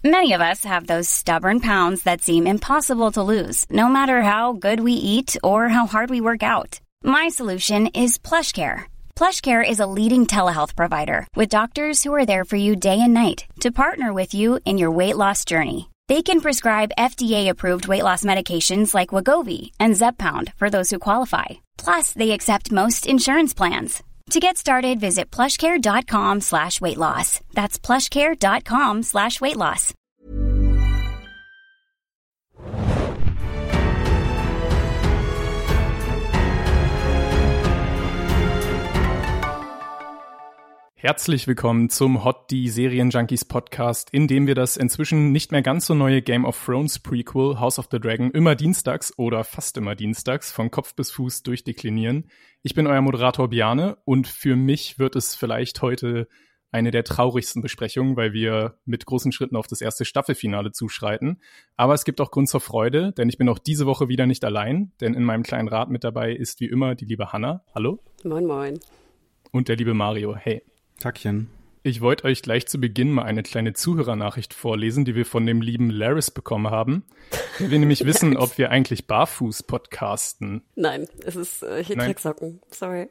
Many of us have those stubborn pounds that seem impossible to lose, no matter how good we eat or how hard we work out. My solution is PlushCare. PlushCare is a leading telehealth provider with doctors who are there for you day and night to partner with you in your weight loss journey. They can prescribe FDA-approved weight loss medications like Wegovy and Zepbound for those who qualify. Plus, they accept most insurance plans. To get started, visit plushcare.com/weightloss. That's plushcare.com/weightloss. Herzlich willkommen zum Hot Die Serienjunkies Podcast, in dem wir das inzwischen nicht mehr ganz so neue Game of Thrones Prequel House of the Dragon immer dienstags oder fast immer dienstags von Kopf bis Fuß durchdeklinieren. Ich bin euer Moderator Bjarne und für mich wird es vielleicht heute eine der traurigsten Besprechungen, weil wir mit großen Schritten auf das erste Staffelfinale zuschreiten. Aber es gibt auch Grund zur Freude, denn ich bin auch diese Woche wieder nicht allein, denn in meinem kleinen Rat mit dabei ist wie immer die liebe Hanna. Hallo. Moin, moin. Und der liebe Mario. Hey. Tackchen. Ich wollte euch gleich zu Beginn mal eine kleine Zuhörernachricht vorlesen, die wir von dem lieben Laris bekommen haben. Der will nämlich wissen, ob wir eigentlich barfuß podcasten. Nein, es ist hier Drecksocken. Sorry.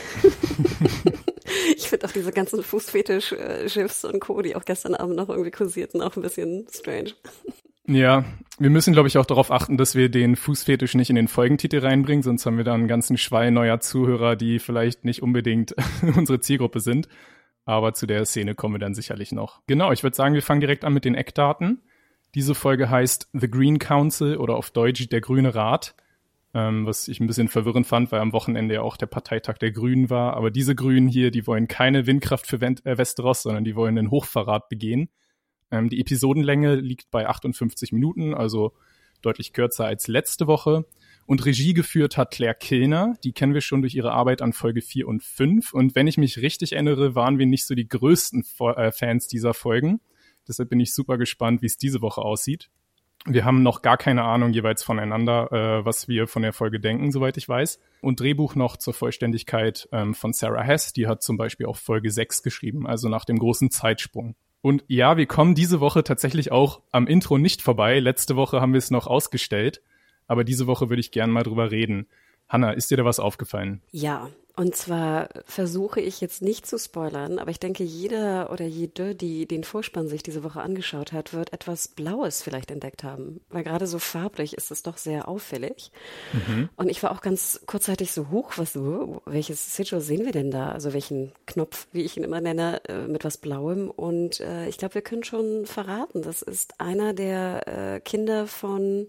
Ich finde auch diese ganzen Fußfetisch-GIFs und Co., die auch gestern Abend noch irgendwie kursierten, auch ein bisschen strange. Ja, wir müssen, glaube ich, auch darauf achten, dass wir den Fußfetisch nicht in den Folgentitel reinbringen, sonst haben wir da einen ganzen Schwall neuer Zuhörer, die vielleicht nicht unbedingt unsere Zielgruppe sind. Aber zu der Szene kommen wir dann sicherlich noch. Genau, ich würde sagen, wir fangen direkt an mit den Eckdaten. Diese Folge heißt The Green Council oder auf Deutsch der Grüne Rat, was ich ein bisschen verwirrend fand, weil am Wochenende ja auch der Parteitag der Grünen war. Aber diese Grünen hier, die wollen keine Windkraft für Westeros, sondern die wollen einen Hochverrat begehen. Die Episodenlänge liegt bei 58 Minuten, also deutlich kürzer als letzte Woche. Und Regie geführt hat Claire Kilner, die kennen wir schon durch ihre Arbeit an Folge 4 und 5. Und wenn ich mich richtig erinnere, waren wir nicht so die größten Fans dieser Folgen. Deshalb bin ich super gespannt, wie es diese Woche aussieht. Wir haben noch gar keine Ahnung jeweils voneinander, was wir von der Folge denken, soweit ich weiß. Und Drehbuch noch zur Vollständigkeit von Sarah Hess, die hat zum Beispiel auch Folge 6 geschrieben, also nach dem großen Zeitsprung. Und ja, wir kommen diese Woche tatsächlich auch am Intro nicht vorbei. Letzte Woche haben wir es noch ausgestellt, aber diese Woche würde ich gern mal drüber reden. Hanna, ist dir da was aufgefallen? Ja, und zwar versuche ich jetzt nicht zu spoilern, aber ich denke, jeder oder jede, die den Vorspann sich diese Woche angeschaut hat, wird etwas Blaues vielleicht entdeckt haben. Weil gerade so farblich ist es doch sehr auffällig. Mhm. Und ich war auch ganz kurzzeitig so, welches Sigil sehen wir denn da? Also welchen Knopf, wie ich ihn immer nenne, mit was Blauem. Und ich glaube, wir können schon verraten, das ist einer der Kinder von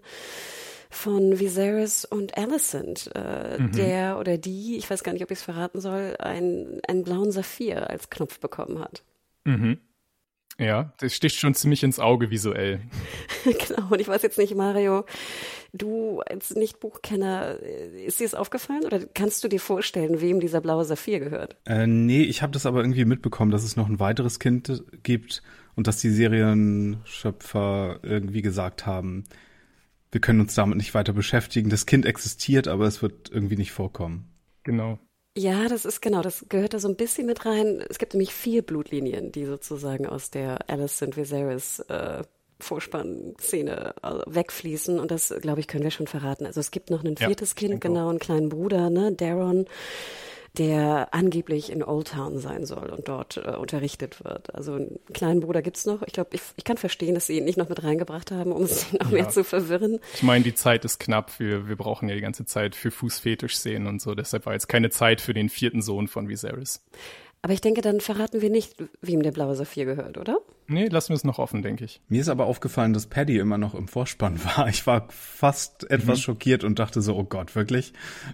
Viserys und Alicent, der oder die, ich weiß gar nicht, ob ich es verraten soll, einen blauen Saphir als Knopf bekommen hat. Mhm. Ja, das sticht schon ziemlich ins Auge visuell. Genau, und ich weiß jetzt nicht, Mario, du als Nicht-Buchkenner, ist dir es aufgefallen oder kannst du dir vorstellen, wem dieser blaue Saphir gehört? Nee, ich habe das aber irgendwie mitbekommen, dass es noch ein weiteres Kind gibt und dass die Serienschöpfer irgendwie gesagt haben, wir können uns damit nicht weiter beschäftigen. Das Kind existiert, aber es wird irgendwie nicht vorkommen. Genau. Ja, das gehört da so ein bisschen mit rein. Es gibt nämlich 4 Blutlinien, die sozusagen aus der Alicent Viserys Vorspann-Szene wegfließen. Und das, glaube ich, können wir schon verraten. Also es gibt noch ein 4. Kind, genau, einen kleinen Bruder, ne, Daron, der angeblich in Old Town sein soll und dort unterrichtet wird. Also einen kleinen Bruder gibt's noch. Ich glaube, ich kann verstehen, dass sie ihn nicht noch mit reingebracht haben, um es noch mehr zu verwirren. Ich meine, die Zeit ist knapp. Wir brauchen ja die ganze Zeit für Fußfetisch-Szenen und so. Deshalb war jetzt keine Zeit für den 4. Sohn von Viserys. Aber ich denke, dann verraten wir nicht, wem der blaue Saphir gehört, oder? Nee, lassen wir es noch offen, denke ich. Mir ist aber aufgefallen, dass Paddy immer noch im Vorspann war. Ich war fast etwas schockiert und dachte so, oh Gott, wirklich?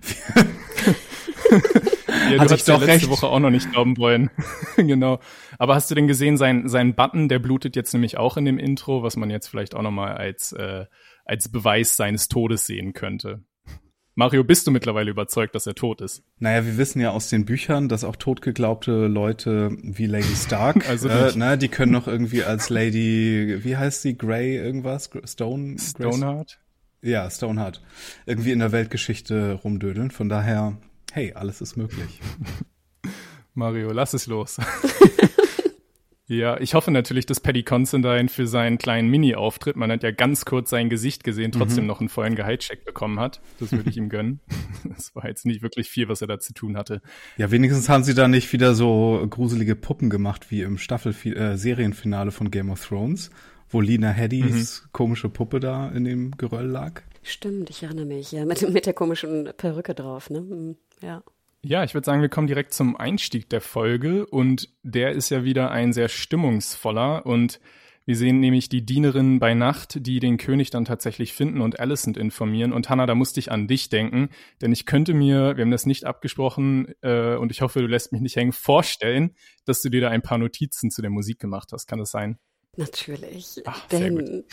Ja, du hast ja letzte Woche auch noch nicht glauben wollen. Genau. Aber hast du denn gesehen, sein Button, der blutet jetzt nämlich auch in dem Intro, was man jetzt vielleicht auch nochmal als Beweis seines Todes sehen könnte. Mario, bist du mittlerweile überzeugt, dass er tot ist? Naja, wir wissen ja aus den Büchern, dass auch totgeglaubte Leute wie Lady Stark, also die können noch irgendwie als Lady, wie heißt sie, Grey irgendwas? Stoneheart? Ja, Stoneheart. Irgendwie in der Weltgeschichte rumdödeln. Von daher, hey, alles ist möglich. Mario, lass es los. Ja, ich hoffe natürlich, dass Paddy Considine für seinen kleinen Mini-Auftritt, man hat ja ganz kurz sein Gesicht gesehen, trotzdem noch einen vollen Gehaltscheck bekommen hat. Das würde ich ihm gönnen. Das war jetzt nicht wirklich viel, was er da zu tun hatte. Ja, wenigstens haben sie da nicht wieder so gruselige Puppen gemacht wie im Serienfinale von Game of Thrones, wo Lena Headey's komische Puppe da in dem Geröll lag. Stimmt, ich erinnere mich. Ja, mit der komischen Perücke drauf, ne? Ja. Ja, ich würde sagen, wir kommen direkt zum Einstieg der Folge und der ist ja wieder ein sehr stimmungsvoller und wir sehen nämlich die Dienerin bei Nacht, die den König dann tatsächlich finden und Alicent informieren. Und Hannah, da musste ich an dich denken, denn ich könnte mir, wir haben das nicht abgesprochen und ich hoffe, du lässt mich nicht hängen, vorstellen, dass du dir da ein paar Notizen zu der Musik gemacht hast. Kann das sein? Natürlich, Ach, denn sehr gut.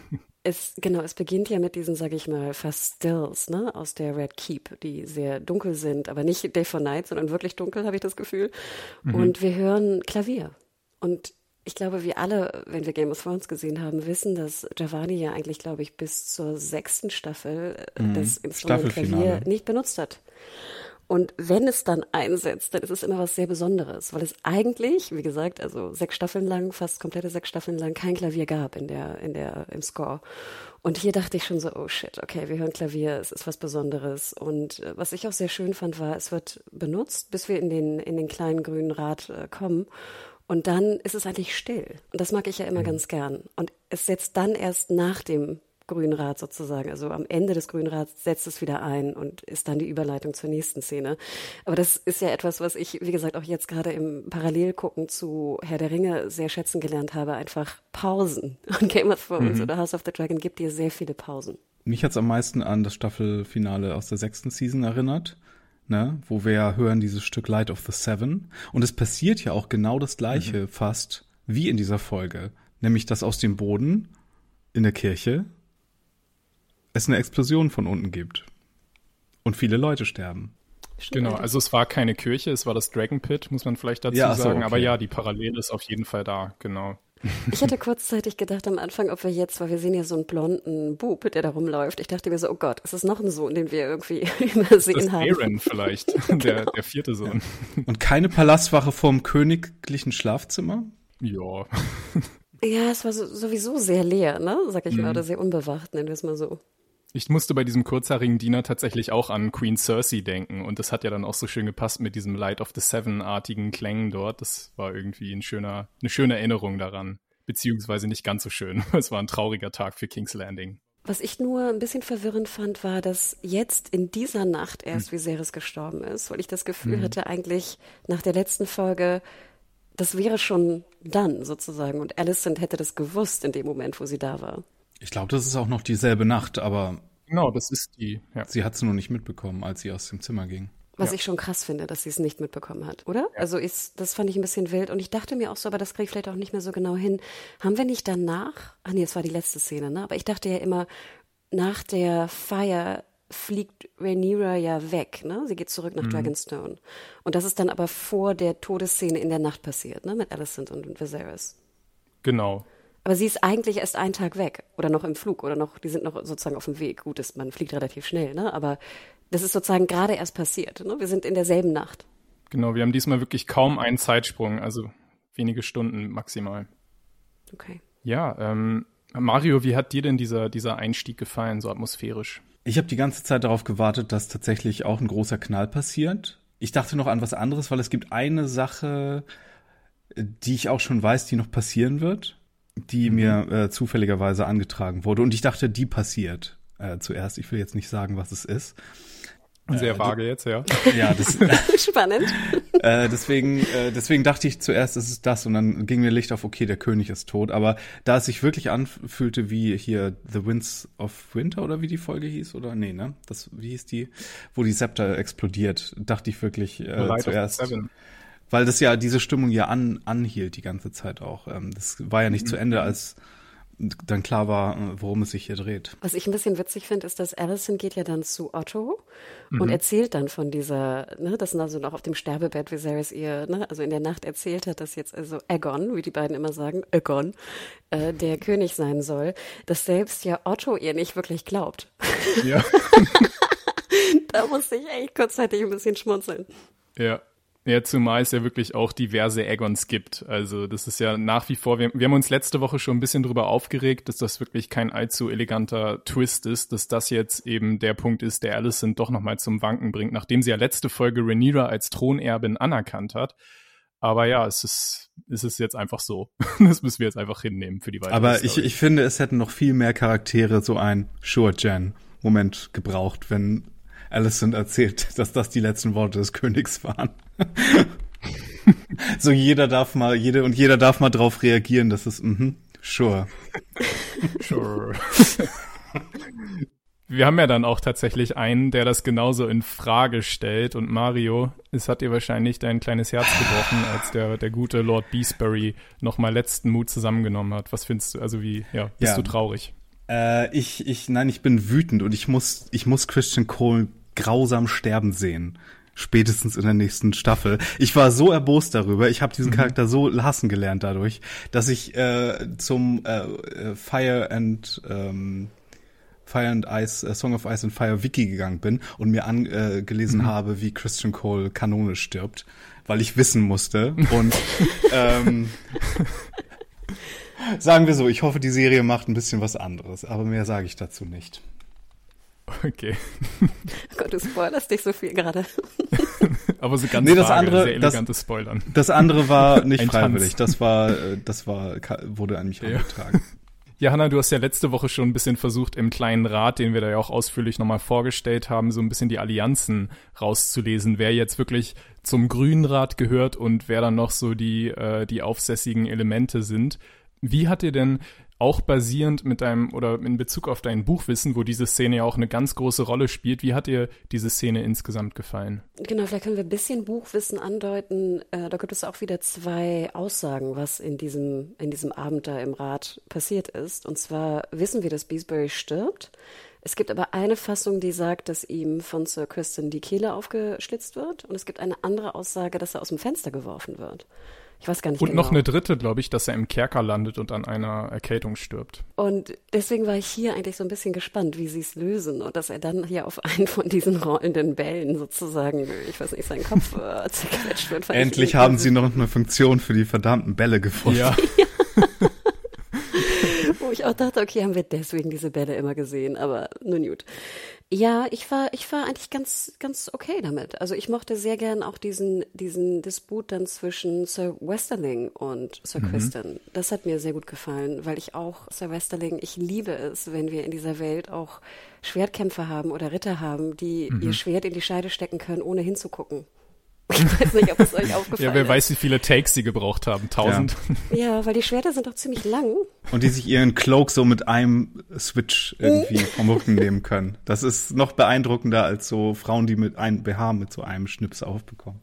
es beginnt ja mit diesen, sag ich mal, fast Stills, ne, aus der Red Keep, die sehr dunkel sind, aber nicht Day for Night, sondern wirklich dunkel, habe ich das Gefühl. Und wir hören Klavier. Und ich glaube, wir alle, wenn wir Game of Thrones gesehen haben, wissen, dass Giovanni ja eigentlich, glaube ich, bis zur 6. Staffel das Instrument Klavier nicht benutzt hat. Und wenn es dann einsetzt, dann ist es immer was sehr Besonderes, weil es eigentlich, wie gesagt, also 6 Staffeln lang, fast komplette 6 Staffeln lang kein Klavier gab im Score. Und hier dachte ich schon so, oh shit, okay, wir hören Klavier, es ist was Besonderes. Und was ich auch sehr schön fand, war, es wird benutzt, bis wir in den kleinen grünen Rat kommen. Und dann ist es eigentlich still. Und das mag ich ja immer ganz gern. Und es setzt dann erst nach dem Grünrad sozusagen, also am Ende des Grünrads setzt es wieder ein und ist dann die Überleitung zur nächsten Szene. Aber das ist ja etwas, was ich, wie gesagt, auch jetzt gerade im Parallelgucken zu Herr der Ringe sehr schätzen gelernt habe, einfach Pausen. Und Game of Thrones oder House of the Dragon gibt dir sehr viele Pausen. Mich hat's am meisten an das Staffelfinale aus der 6. Season erinnert, ne, wo wir ja hören dieses Stück Light of the Seven. Und es passiert ja auch genau das Gleiche fast wie in dieser Folge. Nämlich, dass aus dem Boden in der Kirche es eine Explosion von unten gibt. Und viele Leute sterben. Genau, also es war keine Kirche, es war das Dragon Pit, muss man vielleicht dazu sagen. Okay. Aber ja, die Parallele ist auf jeden Fall da, genau. Ich hatte kurzzeitig gedacht am Anfang, ob wir jetzt, weil wir sehen ja so einen blonden Bub, der da rumläuft. Ich dachte mir so, oh Gott, ist das noch ein Sohn, den wir irgendwie übersehen haben? Aaron vielleicht, der 4. Sohn. Und keine Palastwache vorm königlichen Schlafzimmer? Ja. Ja, es war sowieso sehr leer, ne, sag ich mal, oder sehr unbewacht, nennen wir es mal so. Ich musste bei diesem kurzhaarigen Diener tatsächlich auch an Queen Cersei denken und das hat ja dann auch so schön gepasst mit diesem Light of the Seven-artigen Klängen dort. Das war irgendwie eine schöne Erinnerung daran, beziehungsweise nicht ganz so schön. Es war ein trauriger Tag für King's Landing. Was ich nur ein bisschen verwirrend fand, war, dass jetzt in dieser Nacht erst Viserys gestorben ist, weil ich das Gefühl hatte, eigentlich nach der letzten Folge, das wäre schon dann sozusagen und Alicent hätte das gewusst in dem Moment, wo sie da war. Ich glaube, das ist auch noch dieselbe Nacht, aber genau, das ist die. Ja. Sie hat es nur nicht mitbekommen, als sie aus dem Zimmer ging. Was ich schon krass finde, dass sie es nicht mitbekommen hat, oder? Ja. Also das fand ich ein bisschen wild und ich dachte mir auch so, aber das kriege ich vielleicht auch nicht mehr so genau hin. Haben wir nicht danach, es war die letzte Szene, ne? Aber ich dachte ja immer, nach der Feier fliegt Rhaenyra ja weg, ne? Sie geht zurück nach Dragonstone. Und das ist dann aber vor der Todesszene in der Nacht passiert, ne? Mit Alicent und Viserys. Genau. Aber sie ist eigentlich erst einen Tag weg oder noch im Flug oder die sind noch sozusagen auf dem Weg. Gut, man fliegt relativ schnell, ne? Aber das ist sozusagen gerade erst passiert, ne? Wir sind in derselben Nacht. Genau, wir haben diesmal wirklich kaum einen Zeitsprung, also wenige Stunden maximal. Okay. Ja, Mario, wie hat dir denn dieser Einstieg gefallen, so atmosphärisch? Ich habe die ganze Zeit darauf gewartet, dass tatsächlich auch ein großer Knall passiert. Ich dachte noch an was anderes, weil es gibt eine Sache, die ich auch schon weiß, die noch passieren wird, die mir zufälligerweise angetragen wurde. Und ich dachte, die passiert zuerst. Ich will jetzt nicht sagen, was es ist. Sehr vage jetzt, ja. Ja, das spannend. Deswegen dachte ich zuerst, es ist das. Und dann ging mir Licht auf, okay, der König ist tot. Aber da es sich wirklich anfühlte wie hier The Winds of Winter oder wie die Folge hieß, oder? Nee, ne? Wie hieß die? Wo die Scepter explodiert, dachte ich wirklich zuerst. Weil das ja diese Stimmung ja anhielt die ganze Zeit auch. Das war ja nicht zu Ende, als dann klar war, worum es sich hier dreht. Was ich ein bisschen witzig finde, ist, dass Alicent geht ja dann zu Otto und erzählt dann von dieser, ne, dass also noch auf dem Sterbebett Viserys ihr, ne, also in der Nacht erzählt hat, dass jetzt also Aegon, wie die beiden immer sagen, Aegon, der König sein soll, dass selbst ja Otto ihr nicht wirklich glaubt. Ja. Da musste ich echt kurzzeitig ein bisschen schmunzeln. Ja. Ja, zumal es ja wirklich auch diverse Aegons gibt. Also das ist ja nach wie vor, wir haben uns letzte Woche schon ein bisschen drüber aufgeregt, dass das wirklich kein allzu eleganter Twist ist, dass das jetzt eben der Punkt ist, der Alicent doch nochmal zum Wanken bringt, nachdem sie ja letzte Folge Rhaenyra als Thronerbin anerkannt hat. Aber ja, es ist jetzt einfach so. Das müssen wir jetzt einfach hinnehmen für die weitere Aber Story. ich finde, es hätten noch viel mehr Charaktere so ein Sure-Jen-Moment gebraucht, wenn Alicent erzählt, dass das die letzten Worte des Königs waren. So jeder darf mal drauf reagieren, das ist, sure. Sure. Wir haben ja dann auch tatsächlich einen, der das genauso in Frage stellt. Und Mario, es hat dir wahrscheinlich dein kleines Herz gebrochen, als der gute Lord Beesbury nochmal letzten Mut zusammengenommen hat. Was findest du, also bist du traurig? Ich bin wütend und ich muss Christian Cole grausam sterben sehen. Spätestens in der nächsten Staffel. Ich war so erbost darüber. Ich habe diesen Charakter so hassen gelernt dadurch, dass ich zum Fire and Ice, Song of Ice and Fire Wiki gegangen bin und mir gelesen habe, wie Christian Cole kanonisch stirbt, weil ich wissen musste. Und sagen wir so, ich hoffe, die Serie macht ein bisschen was anderes, aber mehr sage ich dazu nicht. Okay. Oh Gott, du spoilerst dich so viel gerade. Aber so ganz das vage, andere, sehr elegantes Spoilern. Das andere war nicht freiwillig. Das wurde an mich herangetragen. Ja, Hannah, du hast ja letzte Woche schon ein bisschen versucht, im kleinen Rat, den wir da ja auch ausführlich nochmal vorgestellt haben, so ein bisschen die Allianzen rauszulesen, wer jetzt wirklich zum Grünen Rat gehört und wer dann noch so die aufsässigen Elemente sind. Wie hat dir denn auch basierend mit deinem oder in Bezug auf dein Buchwissen, wo diese Szene ja auch eine ganz große Rolle spielt, wie hat dir diese Szene insgesamt gefallen? Genau, vielleicht können wir ein bisschen Buchwissen andeuten. Da gibt es auch wieder 2 Aussagen, was in diesem Abend da im Rat passiert ist. Und zwar wissen wir, dass Beesbury stirbt. Es gibt aber eine Fassung, die sagt, dass ihm von Sir Criston die Kehle aufgeschlitzt wird. Und es gibt eine andere Aussage, dass er aus dem Fenster geworfen wird. Ich weiß gar nicht genau. Und noch eine dritte, glaube ich, dass er im Kerker landet und an einer Erkältung stirbt. Und deswegen war ich hier eigentlich so ein bisschen gespannt, wie sie es lösen und dass er dann hier auf einen von diesen rollenden Bällen sozusagen, ich weiß nicht, sein Kopf zerquetscht wird. Endlich haben sie noch eine Funktion für die verdammten Bälle gefunden. Ja. Wo ich auch dachte, okay, haben wir deswegen diese Bälle immer gesehen, aber nun gut. Ja, ich war eigentlich ganz okay damit. Also ich mochte sehr gern auch diesen Disput dann zwischen Sir Westerling und Sir Criston. Das hat mir sehr gut gefallen, weil ich auch Sir Westerling, ich liebe es, wenn wir in dieser Welt auch Schwertkämpfer haben oder Ritter haben, die ihr Schwert in die Scheide stecken können, ohne hinzugucken. Ich weiß nicht, ob es euch aufgefallen ist. Ja, wer weiß, wie viele Takes sie gebraucht haben. 1000. Ja, weil die Schwerter sind doch ziemlich lang. Und die sich ihren Cloak so mit einem Switch irgendwie vom Rücken nehmen können. Das ist noch beeindruckender als so Frauen, die mit einem BH mit so einem Schnips aufbekommen.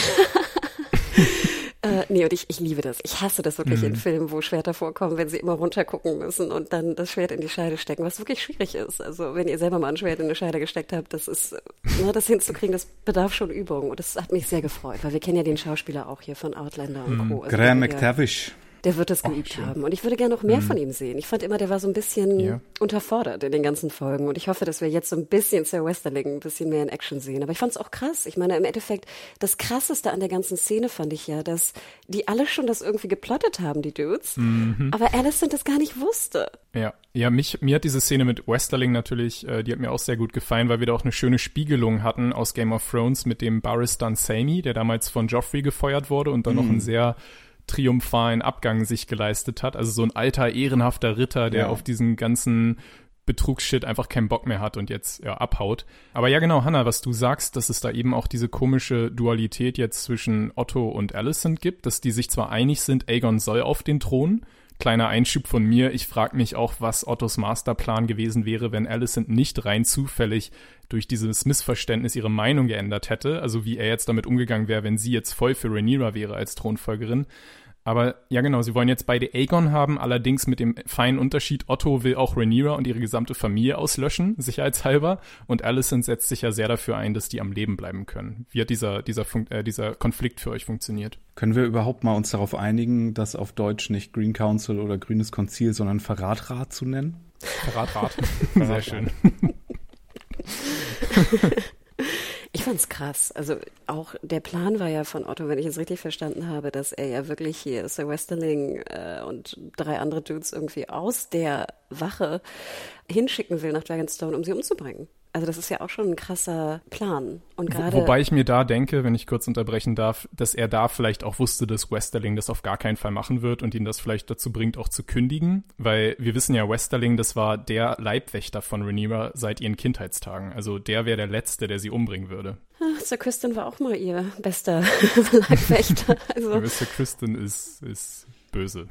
Nee, und ich liebe das. Ich hasse das wirklich in Filmen, wo Schwerter vorkommen, wenn sie immer runtergucken müssen und dann das Schwert in die Scheide stecken, was wirklich schwierig ist. Also wenn ihr selber mal ein Schwert in eine Scheide gesteckt habt, das ist, das hinzukriegen, das bedarf schon Übung. Und das hat mich sehr gefreut, weil wir kennen ja den Schauspieler auch hier von Outlander und Co. Also Graham McTavish. Der wird das geübt haben. Und ich würde gerne noch mehr von ihm sehen. Ich fand immer, der war so ein bisschen unterfordert in den ganzen Folgen. Und ich hoffe, dass wir jetzt so ein bisschen Sir Westerling ein bisschen mehr in Action sehen. Aber ich fand es auch krass. Ich meine, im Endeffekt, das Krasseste an der ganzen Szene fand ich ja, dass die alle schon das irgendwie geplottet haben, die Dudes. Aber Alicent das gar nicht wusste. Ja, mir hat diese Szene mit Westerling natürlich, die hat mir auch sehr gut gefallen, weil wir da auch eine schöne Spiegelung hatten aus Game of Thrones mit dem Barristan Sammy, der damals von Joffrey gefeuert wurde und dann noch einen sehr triumphalen Abgang sich geleistet hat. Also so ein alter, ehrenhafter Ritter, der auf diesen ganzen Betrugsshit einfach keinen Bock mehr hat und jetzt abhaut. Aber ja genau, Hannah, was du sagst, dass es da eben auch diese komische Dualität jetzt zwischen Otto und Alicent gibt, dass die sich zwar einig sind, Aegon soll auf den Thron. Kleiner Einschub von mir, ich frage mich auch, was Ottos Masterplan gewesen wäre, wenn Alicent nicht rein zufällig durch dieses Missverständnis ihre Meinung geändert hätte, also wie er jetzt damit umgegangen wäre, wenn sie jetzt voll für Rhaenyra wäre als Thronfolgerin. Aber ja genau, sie wollen jetzt beide Aegon haben, allerdings mit dem feinen Unterschied, Otto will auch Rhaenyra und ihre gesamte Familie auslöschen, sicherheitshalber, und Alicent setzt sich ja sehr dafür ein, dass die am Leben bleiben können. Wie hat dieser Konflikt für euch funktioniert? Können wir überhaupt mal uns darauf einigen, das auf Deutsch nicht Green Council oder Grünes Konzil, sondern Verratrat zu nennen? Verratrat. Sehr schön. Ich fand's krass. Also auch der Plan war ja von Otto, wenn ich es richtig verstanden habe, dass er ja wirklich hier Sir Westerling und 3 andere Dudes irgendwie aus der Wache hinschicken will nach Dragonstone, um sie umzubringen. Also das ist ja auch schon ein krasser Plan. Und gerade Wobei ich mir da denke, wenn ich kurz unterbrechen darf, dass er da vielleicht auch wusste, dass Westerling das auf gar keinen Fall machen wird und ihn das vielleicht dazu bringt, auch zu kündigen. Weil wir wissen ja, Westerling, das war der Leibwächter von Rhaenyra seit ihren Kindheitstagen. Also der wäre der Letzte, der sie umbringen würde. Sir Criston war auch mal ihr bester Leibwächter. Also. Sir Criston ist böse.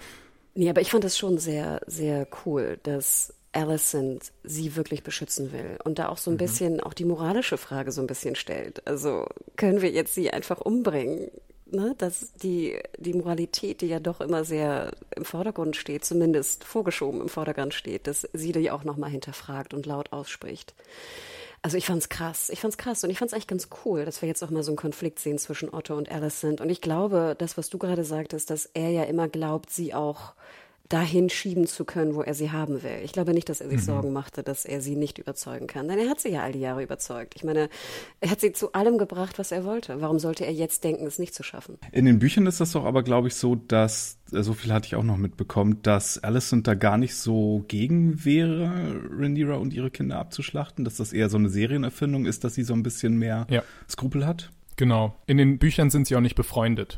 Nee, aber ich fand das schon sehr, sehr cool, dass Alicent sie wirklich beschützen will und da auch so ein bisschen auch die moralische Frage so ein bisschen stellt. Also können wir jetzt sie einfach umbringen? Ne? Dass die Moralität, die ja doch immer sehr im Vordergrund steht, zumindest vorgeschoben im Vordergrund steht, dass sie die auch nochmal hinterfragt und laut ausspricht. Also ich fand's krass und ich fand's eigentlich ganz cool, dass wir jetzt auch mal so einen Konflikt sehen zwischen Otto und Alicent. Und ich glaube, das, was du gerade sagtest, dass er ja immer glaubt, sie auch dahin schieben zu können, wo er sie haben will. Ich glaube nicht, dass er sich Sorgen machte, dass er sie nicht überzeugen kann. Denn er hat sie ja all die Jahre überzeugt. Ich meine, er hat sie zu allem gebracht, was er wollte. Warum sollte er jetzt denken, es nicht zu schaffen? In den Büchern ist das doch aber, glaube ich, so, dass, so viel hatte ich auch noch mitbekommen, dass Alicent da gar nicht so gegen wäre, Rhaenyra und ihre Kinder abzuschlachten, dass das eher so eine Serienerfindung ist, dass sie so ein bisschen mehr Skrupel hat. Genau. In den Büchern sind sie auch nicht befreundet.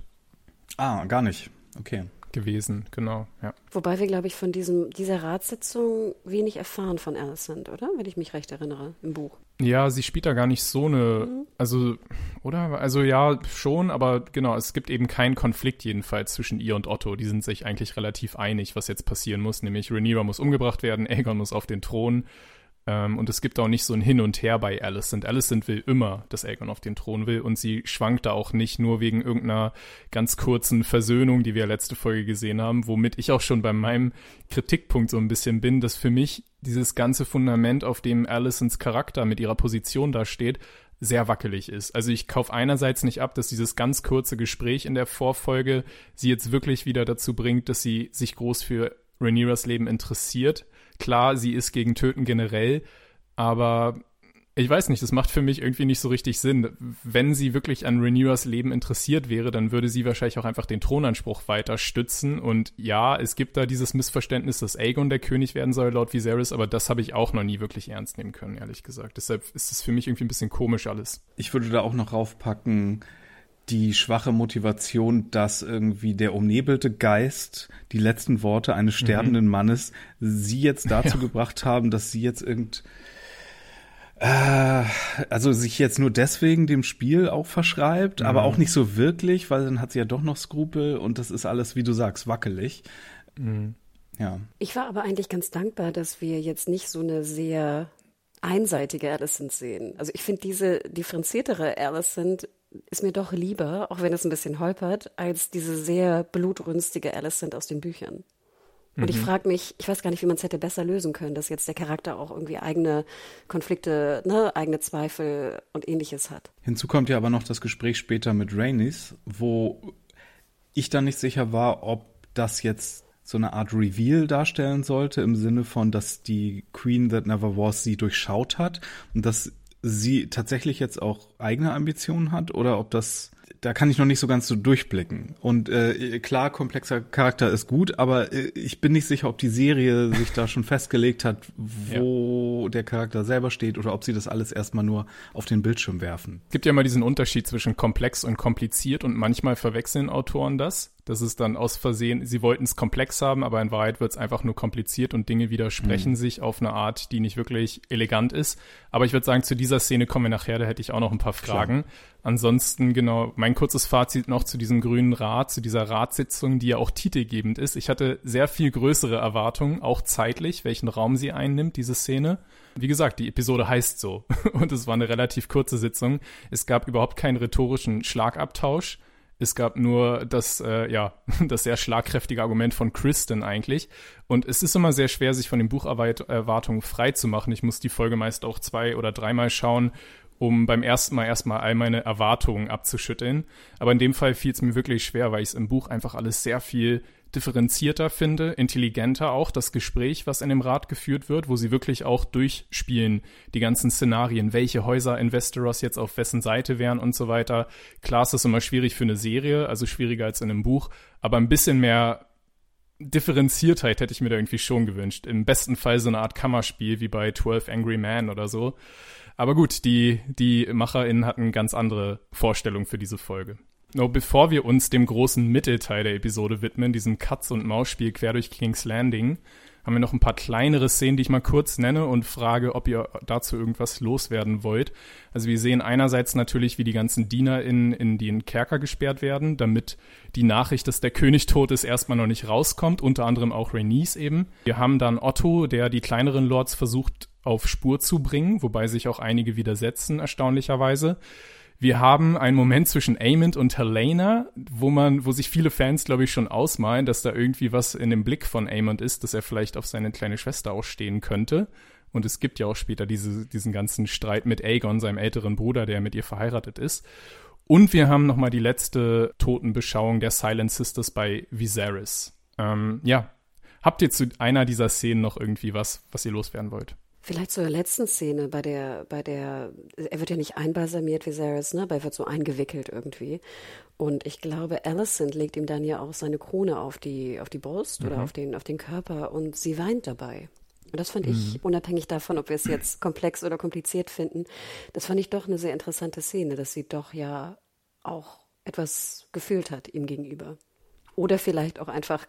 Ah, gar nicht. Okay. Gewesen, genau, ja. Wobei wir, glaube ich, von dieser Ratssitzung wenig erfahren von Alicent, oder? Wenn ich mich recht erinnere, im Buch. Ja, sie spielt da gar nicht so eine, also, oder? Also ja, schon, aber genau, es gibt eben keinen Konflikt jedenfalls zwischen ihr und Otto. Die sind sich eigentlich relativ einig, was jetzt passieren muss, nämlich Rhaenyra muss umgebracht werden, Aegon muss auf den Thron. Und es gibt auch nicht so ein Hin und Her bei Alicent. Alicent will immer, dass Aegon auf den Thron will und sie schwankt da auch nicht nur wegen irgendeiner ganz kurzen Versöhnung, die wir letzte Folge gesehen haben, womit ich auch schon bei meinem Kritikpunkt so ein bisschen bin, dass für mich dieses ganze Fundament, auf dem Alicents Charakter mit ihrer Position da steht, sehr wackelig ist. Also ich kaufe einerseits nicht ab, dass dieses ganz kurze Gespräch in der Vorfolge sie jetzt wirklich wieder dazu bringt, dass sie sich groß für Rhaenyras Leben interessiert. Klar, sie ist gegen Töten generell, aber ich weiß nicht, das macht für mich irgendwie nicht so richtig Sinn. Wenn sie wirklich an Rhaenyras Leben interessiert wäre, dann würde sie wahrscheinlich auch einfach den Thronanspruch weiter stützen. Und ja, es gibt da dieses Missverständnis, dass Aegon der König werden soll, laut Viserys, aber das habe ich auch noch nie wirklich ernst nehmen können, ehrlich gesagt. Deshalb ist es für mich irgendwie ein bisschen komisch alles. Ich würde da auch noch raufpacken, die schwache Motivation, dass irgendwie der umnebelte Geist, die letzten Worte eines sterbenden Mannes, sie jetzt dazu gebracht haben, dass sie jetzt also sich jetzt nur deswegen dem Spiel auch verschreibt, aber auch nicht so wirklich, weil dann hat sie ja doch noch Skrupel und das ist alles, wie du sagst, wackelig. Ja. Ich war aber eigentlich ganz dankbar, dass wir jetzt nicht so eine sehr einseitige Alicent sehen. Also ich finde diese differenziertere Alicent ist mir doch lieber, auch wenn es ein bisschen holpert, als diese sehr blutrünstige Alicent aus den Büchern. Und ich frage mich, ich weiß gar nicht, wie man es hätte besser lösen können, dass jetzt der Charakter auch irgendwie eigene Konflikte, eigene Zweifel und Ähnliches hat. Hinzu kommt ja aber noch das Gespräch später mit Rhaenys, wo ich dann nicht sicher war, ob das jetzt so eine Art Reveal darstellen sollte, im Sinne von, dass die Queen That Never Was sie durchschaut hat und dass sie tatsächlich jetzt auch eigene Ambitionen hat oder ob das, da kann ich noch nicht so ganz so durchblicken. Und klar, komplexer Charakter ist gut, aber ich bin nicht sicher, ob die Serie sich da schon festgelegt hat, wo der Charakter selber steht oder ob sie das alles erstmal nur auf den Bildschirm werfen. Es gibt ja mal diesen Unterschied zwischen komplex und kompliziert und manchmal verwechseln Autoren das. Das ist dann aus Versehen, sie wollten es komplex haben, aber in Wahrheit wird es einfach nur kompliziert und Dinge widersprechen sich auf eine Art, die nicht wirklich elegant ist. Aber ich würde sagen, zu dieser Szene kommen wir nachher, da hätte ich auch noch ein paar Fragen. Klar. Ansonsten, genau, mein kurzes Fazit noch zu diesem grünen Rat, zu dieser Ratssitzung, die ja auch titelgebend ist. Ich hatte sehr viel größere Erwartungen, auch zeitlich, welchen Raum sie einnimmt, diese Szene. Wie gesagt, die Episode heißt so und es war eine relativ kurze Sitzung. Es gab überhaupt keinen rhetorischen Schlagabtausch. Es gab nur das sehr schlagkräftige Argument von Criston eigentlich. Und es ist immer sehr schwer, sich von den Bucherwartungen frei zu machen. Ich muss die Folge meist auch 2- oder 3-mal schauen, um beim ersten Mal erstmal all meine Erwartungen abzuschütteln. Aber in dem Fall fiel es mir wirklich schwer, weil ich es im Buch einfach alles sehr viel differenzierter finde, intelligenter auch, das Gespräch, was in dem Rat geführt wird, wo sie wirklich auch durchspielen, die ganzen Szenarien, welche Häuser in Westeros jetzt auf wessen Seite wären und so weiter. Klar, es ist immer schwierig für eine Serie, also schwieriger als in einem Buch, aber ein bisschen mehr Differenziertheit hätte ich mir da irgendwie schon gewünscht. Im besten Fall so eine Art Kammerspiel wie bei 12 Angry Men oder so. Aber gut, die MacherInnen hatten ganz andere Vorstellungen für diese Folge. Nur bevor wir uns dem großen Mittelteil der Episode widmen, diesem Katz-und-Maus-Spiel quer durch King's Landing, haben wir noch ein paar kleinere Szenen, die ich mal kurz nenne und frage, ob ihr dazu irgendwas loswerden wollt. Also wir sehen einerseits natürlich, wie die ganzen DienerInnen in den Kerker gesperrt werden, damit die Nachricht, dass der König tot ist, erstmal noch nicht rauskommt, unter anderem auch Rhaenys eben. Wir haben dann Otto, der die kleineren Lords versucht auf Spur zu bringen, wobei sich auch einige widersetzen, erstaunlicherweise. Wir haben einen Moment zwischen Aemond und Helaena, wo sich viele Fans, glaube ich, schon ausmalen, dass da irgendwie was in dem Blick von Aemond ist, dass er vielleicht auf seine kleine Schwester auch stehen könnte. Und es gibt ja auch später diesen ganzen Streit mit Aegon, seinem älteren Bruder, der mit ihr verheiratet ist. Und wir haben nochmal die letzte Totenbeschauung der Silent Sisters bei Viserys. Habt ihr zu einer dieser Szenen noch irgendwie was ihr loswerden wollt? Vielleicht zur letzten Szene, bei der, er wird ja nicht einbalsamiert, Viserys, ne, aber er wird so eingewickelt irgendwie. Und ich glaube, Alicent legt ihm dann ja auch seine Krone auf die Brust oder auf den Körper und sie weint dabei. Und das fand ich, unabhängig davon, ob wir es jetzt komplex oder kompliziert finden, das fand ich doch eine sehr interessante Szene, dass sie doch ja auch etwas gefühlt hat ihm gegenüber. Oder vielleicht auch einfach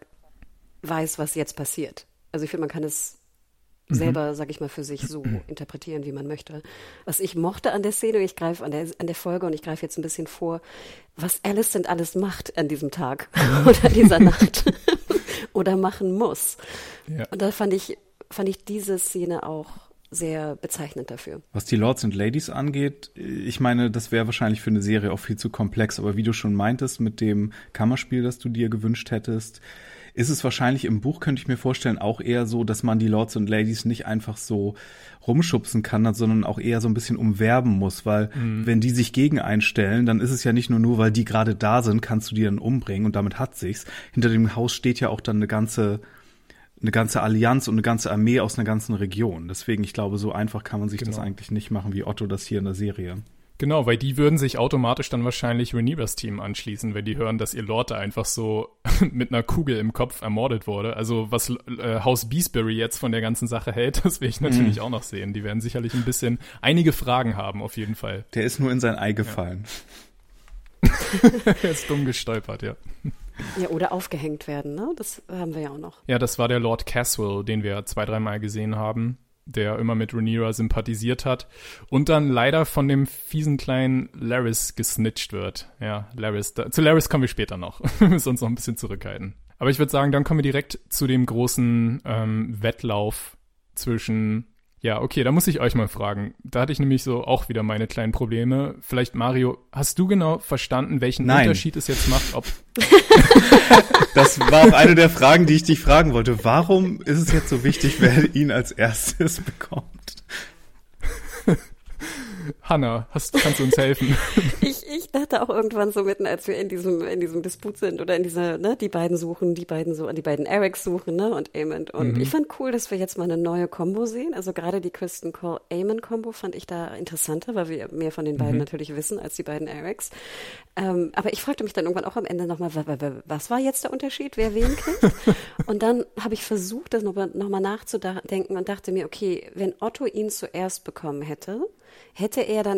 weiß, was jetzt passiert. Also ich finde, man kann es selber, sag ich mal, für sich so interpretieren, wie man möchte. Was ich mochte an der Szene, ich greife an der Folge und ich greife jetzt ein bisschen vor, was Alicent alles macht an diesem Tag oder dieser Nacht oder machen muss. Ja. Und da fand ich diese Szene auch sehr bezeichnend dafür. Was die Lords und Ladies angeht, ich meine, das wäre wahrscheinlich für eine Serie auch viel zu komplex, aber wie du schon meintest mit dem Kammerspiel, das du dir gewünscht hättest, ist es wahrscheinlich im Buch, könnte ich mir vorstellen, auch eher so, dass man die Lords und Ladies nicht einfach so rumschubsen kann, sondern auch eher so ein bisschen umwerben muss, weil wenn die sich gegen einstellen, dann ist es ja nicht nur, weil die gerade da sind, kannst du die dann umbringen und damit hat sich's. Hinter dem Haus steht ja auch dann eine ganze Allianz und eine ganze Armee aus einer ganzen Region. Deswegen, ich glaube, so einfach kann man sich das eigentlich nicht machen, wie Otto das hier in der Serie. Genau, weil die würden sich automatisch dann wahrscheinlich Rhaenyras Team anschließen, wenn die hören, dass ihr Lord da einfach so mit einer Kugel im Kopf ermordet wurde. Also was Haus Beesbury jetzt von der ganzen Sache hält, das will ich natürlich auch noch sehen. Die werden sicherlich einige Fragen haben, auf jeden Fall. Der ist nur in sein Ei gefallen. Ja. Er ist dumm gestolpert, ja. Ja, oder aufgehängt werden, ne? Das haben wir ja auch noch. Ja, das war der Lord Caswell, den wir 2-3 Mal gesehen haben, der immer mit Rhaenyra sympathisiert hat und dann leider von dem fiesen kleinen Larys gesnitcht wird. Ja, Larys. Zu Larys kommen wir später noch. Wir müssen uns noch ein bisschen zurückhalten. Aber ich würde sagen, dann kommen wir direkt zu dem großen Wettlauf zwischen... Ja, okay, da muss ich euch mal fragen. Da hatte ich nämlich so auch wieder meine kleinen Probleme. Vielleicht, Mario, hast du genau verstanden, welchen Unterschied es jetzt macht, ob... Das war auch eine der Fragen, die ich dich fragen wollte. Warum ist es jetzt so wichtig, wer ihn als erstes bekommt? Hanna, kannst du uns helfen? Ich dachte auch irgendwann so mitten, als wir in diesem Disput sind oder in dieser, ne, die beiden Erics suchen, ne, und Aemond. Und ich fand cool, dass wir jetzt mal eine neue Combo sehen. Also gerade die Criston Cole-Aemond-Kombo fand ich da interessanter, weil wir mehr von den beiden natürlich wissen als die beiden Erics. Aber ich fragte mich dann irgendwann auch am Ende nochmal, was war jetzt der Unterschied, wer wen kriegt? Und dann habe ich versucht, das nochmal nachzudenken und dachte mir, okay, wenn Otto ihn zuerst bekommen hätte er dann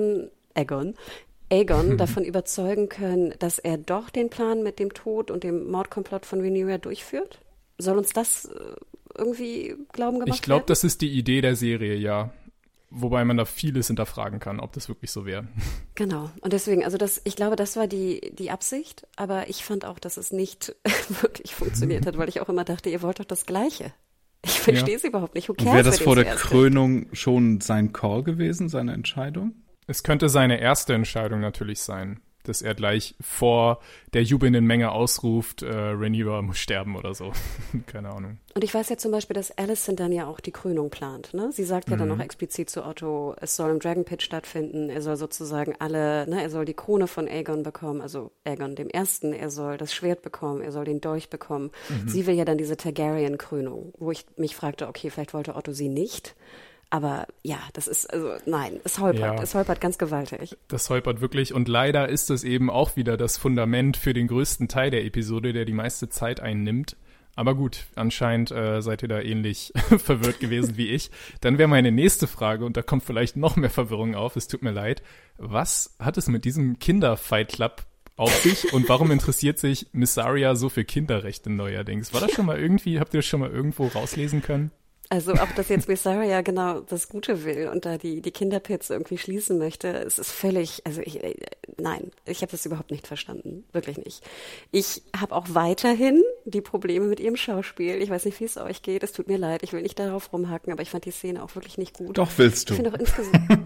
Aegon davon überzeugen können, dass er doch den Plan mit dem Tod und dem Mordkomplott von Rhaenyra durchführt? Soll uns das irgendwie glauben gemacht werden? Ich glaube, das ist die Idee der Serie, ja. Wobei man da vieles hinterfragen kann, ob das wirklich so wäre. Genau. Und deswegen, ich glaube, das war die Absicht. Aber ich fand auch, dass es nicht wirklich funktioniert hat, weil ich auch immer dachte, ihr wollt doch das Gleiche. Ich verstehe es überhaupt nicht. Wäre das vor der Krönung schon sein Call gewesen, seine Entscheidung? Es könnte seine erste Entscheidung natürlich sein. dass er gleich vor der jubelnden Menge ausruft, Rhaenyra muss sterben oder so. Keine Ahnung. Und ich weiß ja zum Beispiel, dass Alicent dann ja auch die Krönung plant. Ne? Sie sagt ja dann auch explizit zu Otto, es soll im Dragon Pit stattfinden. Er soll sozusagen er soll die Krone von Aegon bekommen, also Aegon dem Ersten. Er soll das Schwert bekommen, er soll den Dolch bekommen. Sie will ja dann diese Targaryen-Krönung, wo ich mich fragte, okay, vielleicht wollte Otto sie nicht. Aber ja, das ist, nein, es holpert. Ja. Es holpert ganz gewaltig. Das holpert wirklich. Und leider ist es eben auch wieder das Fundament für den größten Teil der Episode, der die meiste Zeit einnimmt. Aber gut, anscheinend seid ihr da ähnlich verwirrt gewesen wie ich. Dann wäre meine nächste Frage, und da kommt vielleicht noch mehr Verwirrung auf, es tut mir leid. Was hat es mit diesem Kinder-Fight Club auf sich und warum interessiert sich Mysaria so für Kinderrechte neuerdings? War das schon mal irgendwie, habt ihr das schon mal irgendwo rauslesen können? Also ob das jetzt Mysaria genau das Gute will und da die Kinderpits irgendwie schließen möchte, es ist völlig, nein, ich habe das überhaupt nicht verstanden, wirklich nicht. Ich habe auch weiterhin die Probleme mit ihrem Schauspiel. Ich weiß nicht, wie es euch geht, es tut mir leid, ich will nicht darauf rumhacken, aber ich fand die Szene auch wirklich nicht gut. Doch, willst du. Ich finde auch insgesamt...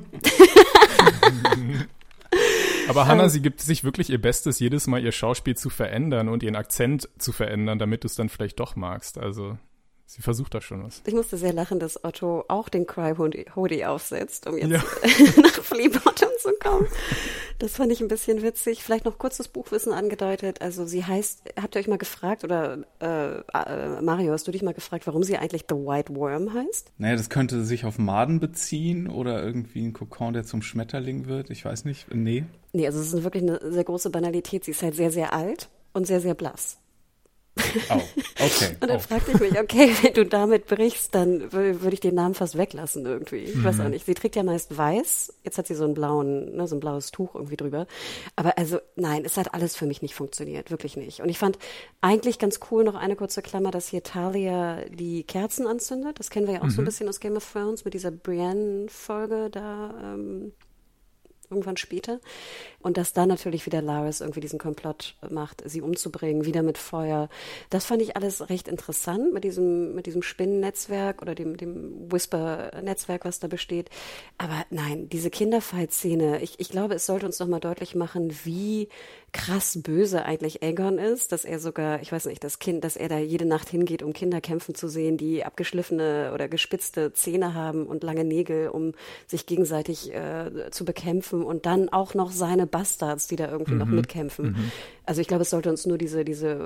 Aber Hannah, sie gibt sich wirklich ihr Bestes, jedes Mal ihr Schauspiel zu verändern und ihren Akzent zu verändern, damit du es dann vielleicht doch magst, also... Sie versucht da schon was. Ich musste sehr lachen, dass Otto auch den Cry-Hoodie aufsetzt, um jetzt nach Flea Bottom zu kommen. Das fand ich ein bisschen witzig. Vielleicht noch kurz das Buchwissen angedeutet. Also sie heißt, habt ihr euch mal gefragt, oder Mario, hast du dich mal gefragt, warum sie eigentlich The White Worm heißt? Naja, das könnte sich auf Maden beziehen oder irgendwie ein Kokon, der zum Schmetterling wird. Ich weiß nicht. Nee, also es ist wirklich eine sehr große Banalität. Sie ist halt sehr, sehr alt und sehr, sehr blass. Oh, okay. Und dann fragte ich mich, okay, wenn du damit brichst, dann würde ich den Namen fast weglassen irgendwie. Ich weiß auch nicht. Sie trägt ja meist weiß. Jetzt hat sie so ein blaues Tuch irgendwie drüber. Aber nein, es hat alles für mich nicht funktioniert. Wirklich nicht. Und ich fand eigentlich ganz cool, noch eine kurze Klammer, dass hier Talia die Kerzen anzündet. Das kennen wir ja auch so ein bisschen aus Game of Thrones mit dieser Brienne-Folge da, irgendwann später. Und dass dann natürlich wieder Larys irgendwie diesen Komplott macht, sie umzubringen, wieder mit Feuer. Das fand ich alles recht interessant mit diesem Spinnennetzwerk oder dem Whisper-Netzwerk, was da besteht. Aber nein, diese Kinderfight-Szene, ich glaube, es sollte uns nochmal deutlich machen, wie krass böse eigentlich Aegon ist, dass er sogar, ich weiß nicht, dass er da jede Nacht hingeht, um Kinder kämpfen zu sehen, die abgeschliffene oder gespitzte Zähne haben und lange Nägel, um sich gegenseitig zu bekämpfen, und dann auch noch seine Bastards, die da irgendwie noch mitkämpfen. Also ich glaube, es sollte uns nur diese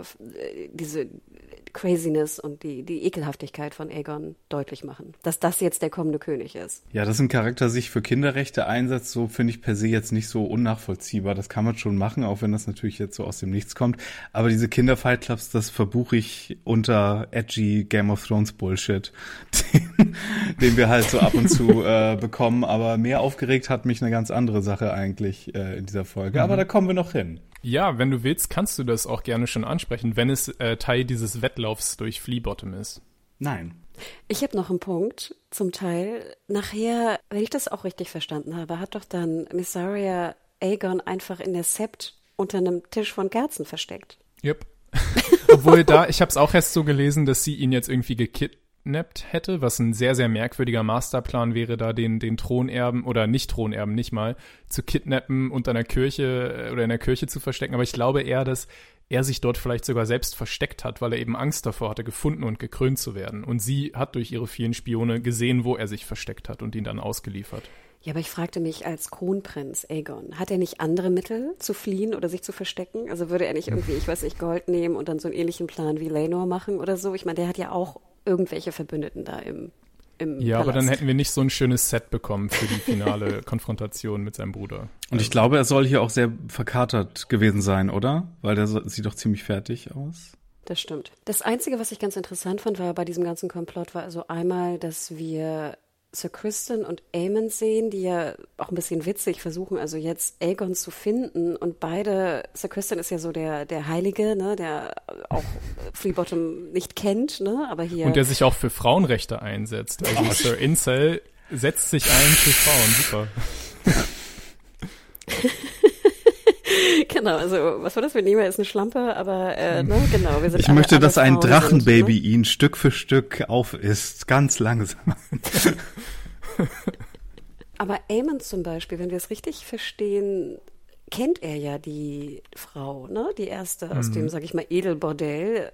Craziness und die Ekelhaftigkeit von Aegon deutlich machen, dass das jetzt der kommende König ist. Ja, dass ein Charakter sich für Kinderrechte einsetzt, so finde ich per se jetzt nicht so unnachvollziehbar. Das kann man schon machen, auch wenn das natürlich jetzt so aus dem Nichts kommt. Aber diese Kinderfight-Clubs, das verbuche ich unter edgy Game of Thrones Bullshit, den wir halt so ab und zu bekommen. Aber mehr aufgeregt hat mich eine ganz andere Sache eigentlich in dieser Folge. Aber da kommen wir noch hin. Ja, wenn du willst, kannst du das auch gerne schon ansprechen, wenn es Teil dieses Wettlaufs durch Flea Bottom ist. Nein. Ich habe noch einen Punkt zum Teil. Nachher, wenn ich das auch richtig verstanden habe, hat doch dann Mysaria Aegon einfach in der Sept unter einem Tisch von Kerzen versteckt. Yep. Obwohl ich habe es auch erst so gelesen, dass sie ihn jetzt irgendwie gekidnappt hätte, was ein sehr, sehr merkwürdiger Masterplan wäre, da den Thronerben oder Nicht-Thronerben nicht mal zu kidnappen und in der Kirche zu verstecken. Aber ich glaube eher, dass er sich dort vielleicht sogar selbst versteckt hat, weil er eben Angst davor hatte, gefunden und gekrönt zu werden. Und sie hat durch ihre vielen Spione gesehen, wo er sich versteckt hat und ihn dann ausgeliefert. Ja, aber ich fragte mich, als Kronprinz Aegon, hat er nicht andere Mittel zu fliehen oder sich zu verstecken? Also würde er nicht irgendwie, ich weiß nicht, Gold nehmen und dann so einen ähnlichen Plan wie Laenor machen oder so? Ich meine, der hat ja auch irgendwelche Verbündeten da im Ja, Palast. Aber dann hätten wir nicht so ein schönes Set bekommen für die finale Konfrontation mit seinem Bruder. Und ich glaube, er soll hier auch sehr verkatert gewesen sein, oder? Weil der sieht doch ziemlich fertig aus. Das stimmt. Das Einzige, was ich ganz interessant fand, war bei diesem ganzen Komplott, war also einmal, dass wir Sir Criston und Aemond sehen, die ja auch ein bisschen witzig versuchen, also jetzt Aegon zu finden, und beide, Sir Criston ist ja so der Heilige, ne, der auch Flea Bottom nicht kennt, ne, aber hier... Und der sich auch für Frauenrechte einsetzt. Also Sir Incel setzt sich ein für Frauen, super. Genau, also was war das? Wir nehmen ja jetzt eine Schlampe, aber genau. Wir sind ich möchte, dass ein Frauen Drachenbaby sind, ne? ihn Stück für Stück aufisst, ganz langsam. Aber Aemond zum Beispiel, wenn wir es richtig verstehen, kennt er ja die Frau, ne? Die erste aus dem, sag ich mal, Edelbordell,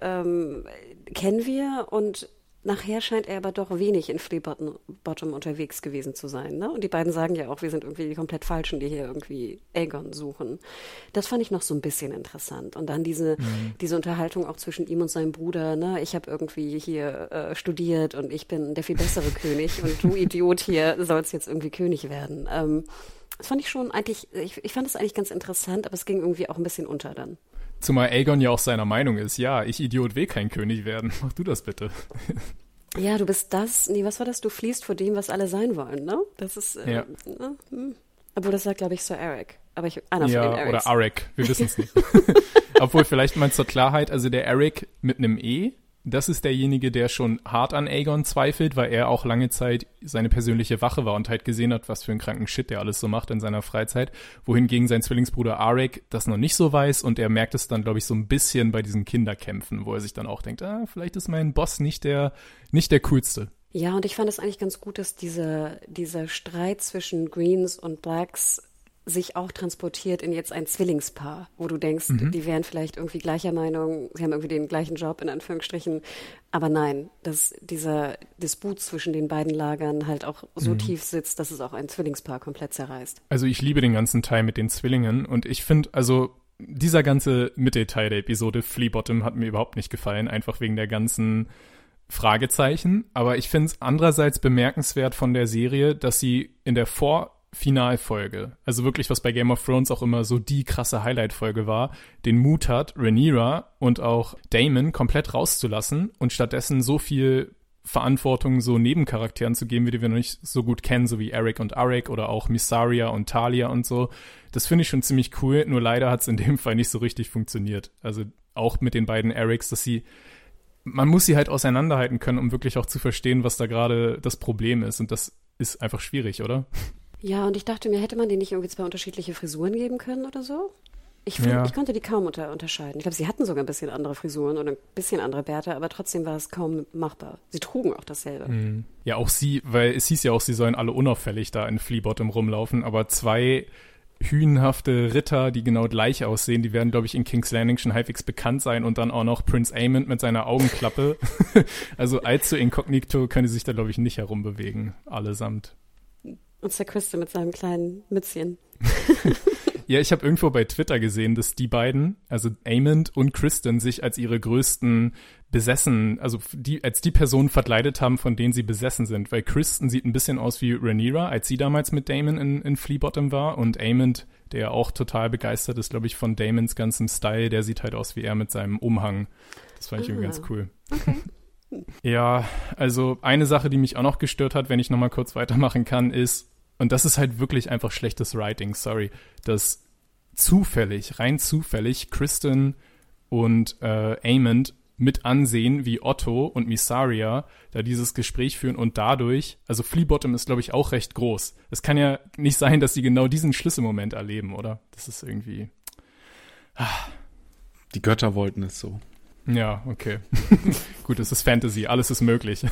kennen wir und nachher scheint er aber doch wenig in Flea Bottom unterwegs gewesen zu sein, ne? Und die beiden sagen ja auch, wir sind irgendwie die komplett Falschen, die hier irgendwie Aegon suchen. Das fand ich noch so ein bisschen interessant. Und dann diese Unterhaltung auch zwischen ihm und seinem Bruder, ne? Ich habe irgendwie hier studiert und ich bin der viel bessere König und du Idiot hier sollst jetzt irgendwie König werden. Das fand ich schon eigentlich, ich fand das eigentlich ganz interessant, aber es ging irgendwie auch ein bisschen unter dann. Zumal Aegon ja auch seiner Meinung ist, ja, ich Idiot will kein König werden. Mach du das bitte. Ja, du bist was war das? Du fliehst vor dem, was alle sein wollen, ne? Das ist, ja. Obwohl, das sagt, glaube ich, Sir Eric. Aber einer von den Ja, Erics. oder Arek, wir wissen es nicht. Obwohl, vielleicht mal zur Klarheit, also der Eric mit einem E, das ist derjenige, der schon hart an Aegon zweifelt, weil er auch lange Zeit seine persönliche Wache war und halt gesehen hat, was für einen kranken Shit der alles so macht in seiner Freizeit. Wohingegen sein Zwillingsbruder Arek das noch nicht so weiß und er merkt es dann, glaube ich, so ein bisschen bei diesen Kinderkämpfen, wo er sich dann auch denkt, vielleicht ist mein Boss nicht der coolste. Ja, und ich fand es eigentlich ganz gut, dass dieser Streit zwischen Greens und Blacks sich auch transportiert in jetzt ein Zwillingspaar, wo du denkst, die wären vielleicht irgendwie gleicher Meinung, sie haben irgendwie den gleichen Job in Anführungsstrichen, aber nein, dass dieser Disput zwischen den beiden Lagern halt auch so tief sitzt, dass es auch ein Zwillingspaar komplett zerreißt. Also ich liebe den ganzen Teil mit den Zwillingen und ich finde, also dieser ganze Mittelteil der Episode Flea Bottom hat mir überhaupt nicht gefallen, einfach wegen der ganzen Fragezeichen, aber ich finde es andererseits bemerkenswert von der Serie, dass sie in der Finalfolge, also wirklich, was bei Game of Thrones auch immer so die krasse Highlight-Folge war, den Mut hat, Rhaenyra und auch Daemon komplett rauszulassen und stattdessen so viel Verantwortung so Nebencharakteren zu geben, wie die wir noch nicht so gut kennen, so wie Eric und Arek oder auch Mysaria und Talia und so. Das finde ich schon ziemlich cool, nur leider hat es in dem Fall nicht so richtig funktioniert. Also auch mit den beiden Erics, man muss sie halt auseinanderhalten können, um wirklich auch zu verstehen, was da gerade das Problem ist. Und das ist einfach schwierig, oder? Ja, und ich dachte mir, hätte man denen nicht irgendwie 2 unterschiedliche Frisuren geben können oder so? Ich konnte die kaum unterscheiden. Ich glaube, sie hatten sogar ein bisschen andere Frisuren oder ein bisschen andere Bärte, aber trotzdem war es kaum machbar. Sie trugen auch dasselbe. Ja, auch sie, weil es hieß ja auch, sie sollen alle unauffällig da in Flea Bottom rumlaufen, aber 2 hünenhafte Ritter, die genau gleich aussehen, die werden, glaube ich, in King's Landing schon halbwegs bekannt sein und dann auch noch Prince Aemond mit seiner Augenklappe. Also allzu inkognito können sie sich da, glaube ich, nicht herumbewegen, allesamt. Und Sir Criston mit seinem kleinen Mützchen. Ja, ich habe irgendwo bei Twitter gesehen, dass die beiden, also Aemond und Criston, sich als ihre größten also als die Personen verkleidet haben, von denen sie besessen sind. Weil Criston sieht ein bisschen aus wie Rhaenyra, als sie damals mit Daemon in Flea Bottom war. Und Aemond, der auch total begeistert ist, glaube ich, von Daemons ganzem Style, der sieht halt aus wie er mit seinem Umhang. Das fand ich irgendwie ganz cool. Okay. Ja, also eine Sache, die mich auch noch gestört hat, wenn ich nochmal kurz weitermachen kann, ist, und das ist halt wirklich einfach schlechtes Writing, sorry, dass rein zufällig, Criston und Aemond mit ansehen, wie Otto und Mysaria da dieses Gespräch führen und dadurch, also Flea Bottom ist, glaube ich, auch recht groß. Es kann ja nicht sein, dass sie genau diesen Schlüsselmoment erleben, oder? Das ist irgendwie... Die Götter wollten es so. Ja, okay. Gut, es ist Fantasy, alles ist möglich.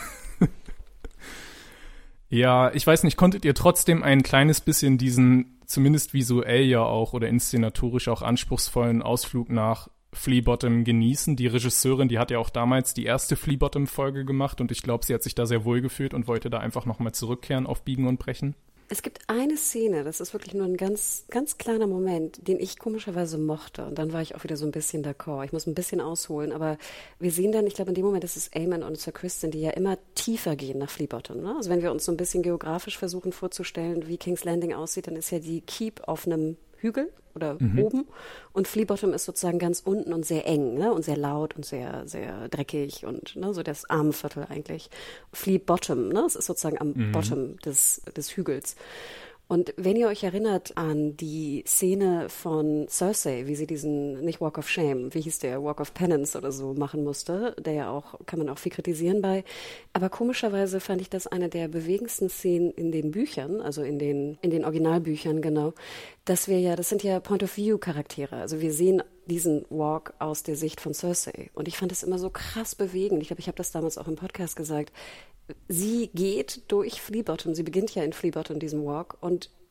Ja, ich weiß nicht, konntet ihr trotzdem ein kleines bisschen diesen, zumindest visuell ja auch oder inszenatorisch auch anspruchsvollen Ausflug nach Flea Bottom genießen? Die Regisseurin, die hat ja auch damals die erste Flea Bottom Folge gemacht und ich glaube, sie hat sich da sehr wohl gefühlt und wollte da einfach nochmal zurückkehren auf Biegen und Brechen. Es gibt eine Szene, das ist wirklich nur ein ganz, ganz kleiner Moment, den ich komischerweise mochte. Und dann war ich auch wieder so ein bisschen d'accord. Ich muss ein bisschen ausholen, aber wir sehen dann, ich glaube, in dem Moment ist es Aemond und Sir Criston, die ja immer tiefer gehen nach Flea Bottom. Ne? Also wenn wir uns so ein bisschen geografisch versuchen vorzustellen, wie King's Landing aussieht, dann ist ja die Keep auf einem Hügel oder oben und Flea Bottom ist sozusagen ganz unten und sehr eng, ne? Und sehr laut und sehr, sehr dreckig und ne? So das Armenviertel eigentlich. Flea Bottom, ne? Es ist sozusagen am Bottom des Hügels. Und wenn ihr euch erinnert an die Szene von Cersei, wie sie diesen, nicht Walk of Shame, wie hieß der, Walk of Penance oder so machen musste, der ja auch, kann man auch viel kritisieren bei, aber komischerweise fand ich das eine der bewegendsten Szenen in den Büchern, also in den Originalbüchern, genau, das sind ja Point-of-View-Charaktere, also wir sehen diesen Walk aus der Sicht von Cersei und ich fand das immer so krass bewegend, ich glaube, ich habe das damals auch im Podcast gesagt. Sie geht durch Flea Bottom, sie beginnt ja in Flea Bottom, diesem Walk, und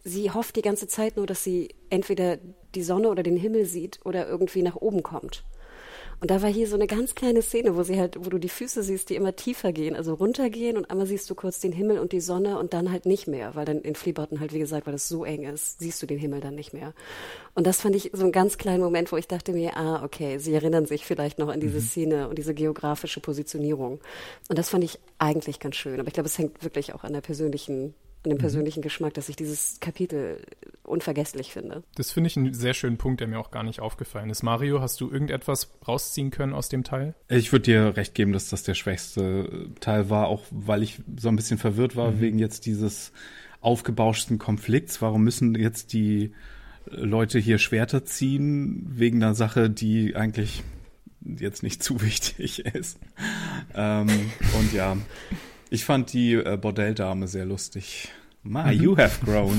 sie hofft die ganze Zeit nur, dass sie entweder die Sonne oder den Himmel sieht oder irgendwie nach oben kommt. Und da war hier so eine ganz kleine Szene, wo du die Füße siehst, die immer tiefer gehen, also runtergehen und einmal siehst du kurz den Himmel und die Sonne und dann halt nicht mehr, weil dann in Fleabottom halt, wie gesagt, weil das so eng ist, siehst du den Himmel dann nicht mehr. Und das fand ich so einen ganz kleinen Moment, wo ich dachte mir, okay, sie erinnern sich vielleicht noch an diese Szene und diese geografische Positionierung. Und das fand ich eigentlich ganz schön. Aber ich glaube, es hängt wirklich auch an dem persönlichen Geschmack, dass ich dieses Kapitel unvergesslich finde. Das finde ich einen sehr schönen Punkt, der mir auch gar nicht aufgefallen ist. Mario, hast du irgendetwas rausziehen können aus dem Teil? Ich würde dir recht geben, dass das der schwächste Teil war, auch weil ich so ein bisschen verwirrt war wegen jetzt dieses aufgebauschten Konflikts. Warum müssen jetzt die Leute hier Schwerter ziehen wegen einer Sache, die eigentlich jetzt nicht zu wichtig ist? Und ja, ich fand die Bordelldame sehr lustig. You have grown.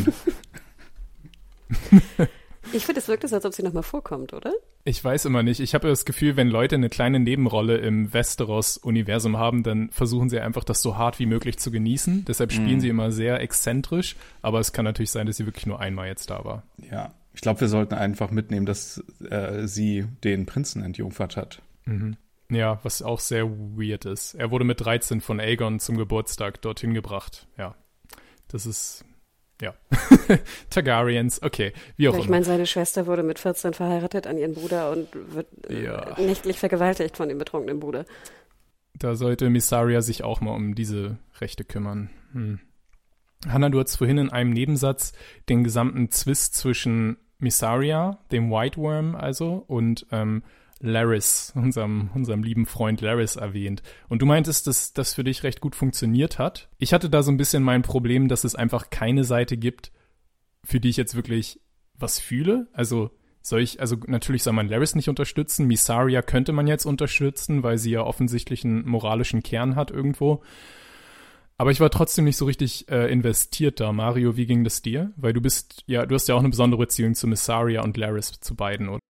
Ich finde, es wirkt so, als ob sie nochmal vorkommt, oder? Ich weiß immer nicht. Ich habe das Gefühl, wenn Leute eine kleine Nebenrolle im Westeros-Universum haben, dann versuchen sie einfach, das so hart wie möglich zu genießen. Deshalb spielen sie immer sehr exzentrisch. Aber es kann natürlich sein, dass sie wirklich nur einmal jetzt da war. Ja, ich glaube, wir sollten einfach mitnehmen, dass sie den Prinzen entjungfert hat. Mhm. Ja, was auch sehr weird ist. Er wurde mit 13 von Aegon zum Geburtstag dorthin gebracht. Ja, das ist, ja. Targaryens, okay, wie auch immer. Ich meine, seine Schwester wurde mit 14 verheiratet an ihren Bruder und wird nächtlich vergewaltigt von dem betrunkenen Bruder. Da sollte Mysaria sich auch mal um diese Rechte kümmern. Hannah, du hast vorhin in einem Nebensatz den gesamten Zwist zwischen Mysaria, dem White Worm also, und Larys, unserem lieben Freund Larys erwähnt. Und du meintest, dass das für dich recht gut funktioniert hat. Ich hatte da so ein bisschen mein Problem, dass es einfach keine Seite gibt, für die ich jetzt wirklich was fühle. Also natürlich soll man Larys nicht unterstützen. Mysaria könnte man jetzt unterstützen, weil sie ja offensichtlich einen moralischen Kern hat irgendwo. Aber ich war trotzdem nicht so richtig investiert da. Mario, wie ging das dir? Weil du hast ja auch eine besondere Beziehung zu Mysaria und Larys, zu beiden, oder?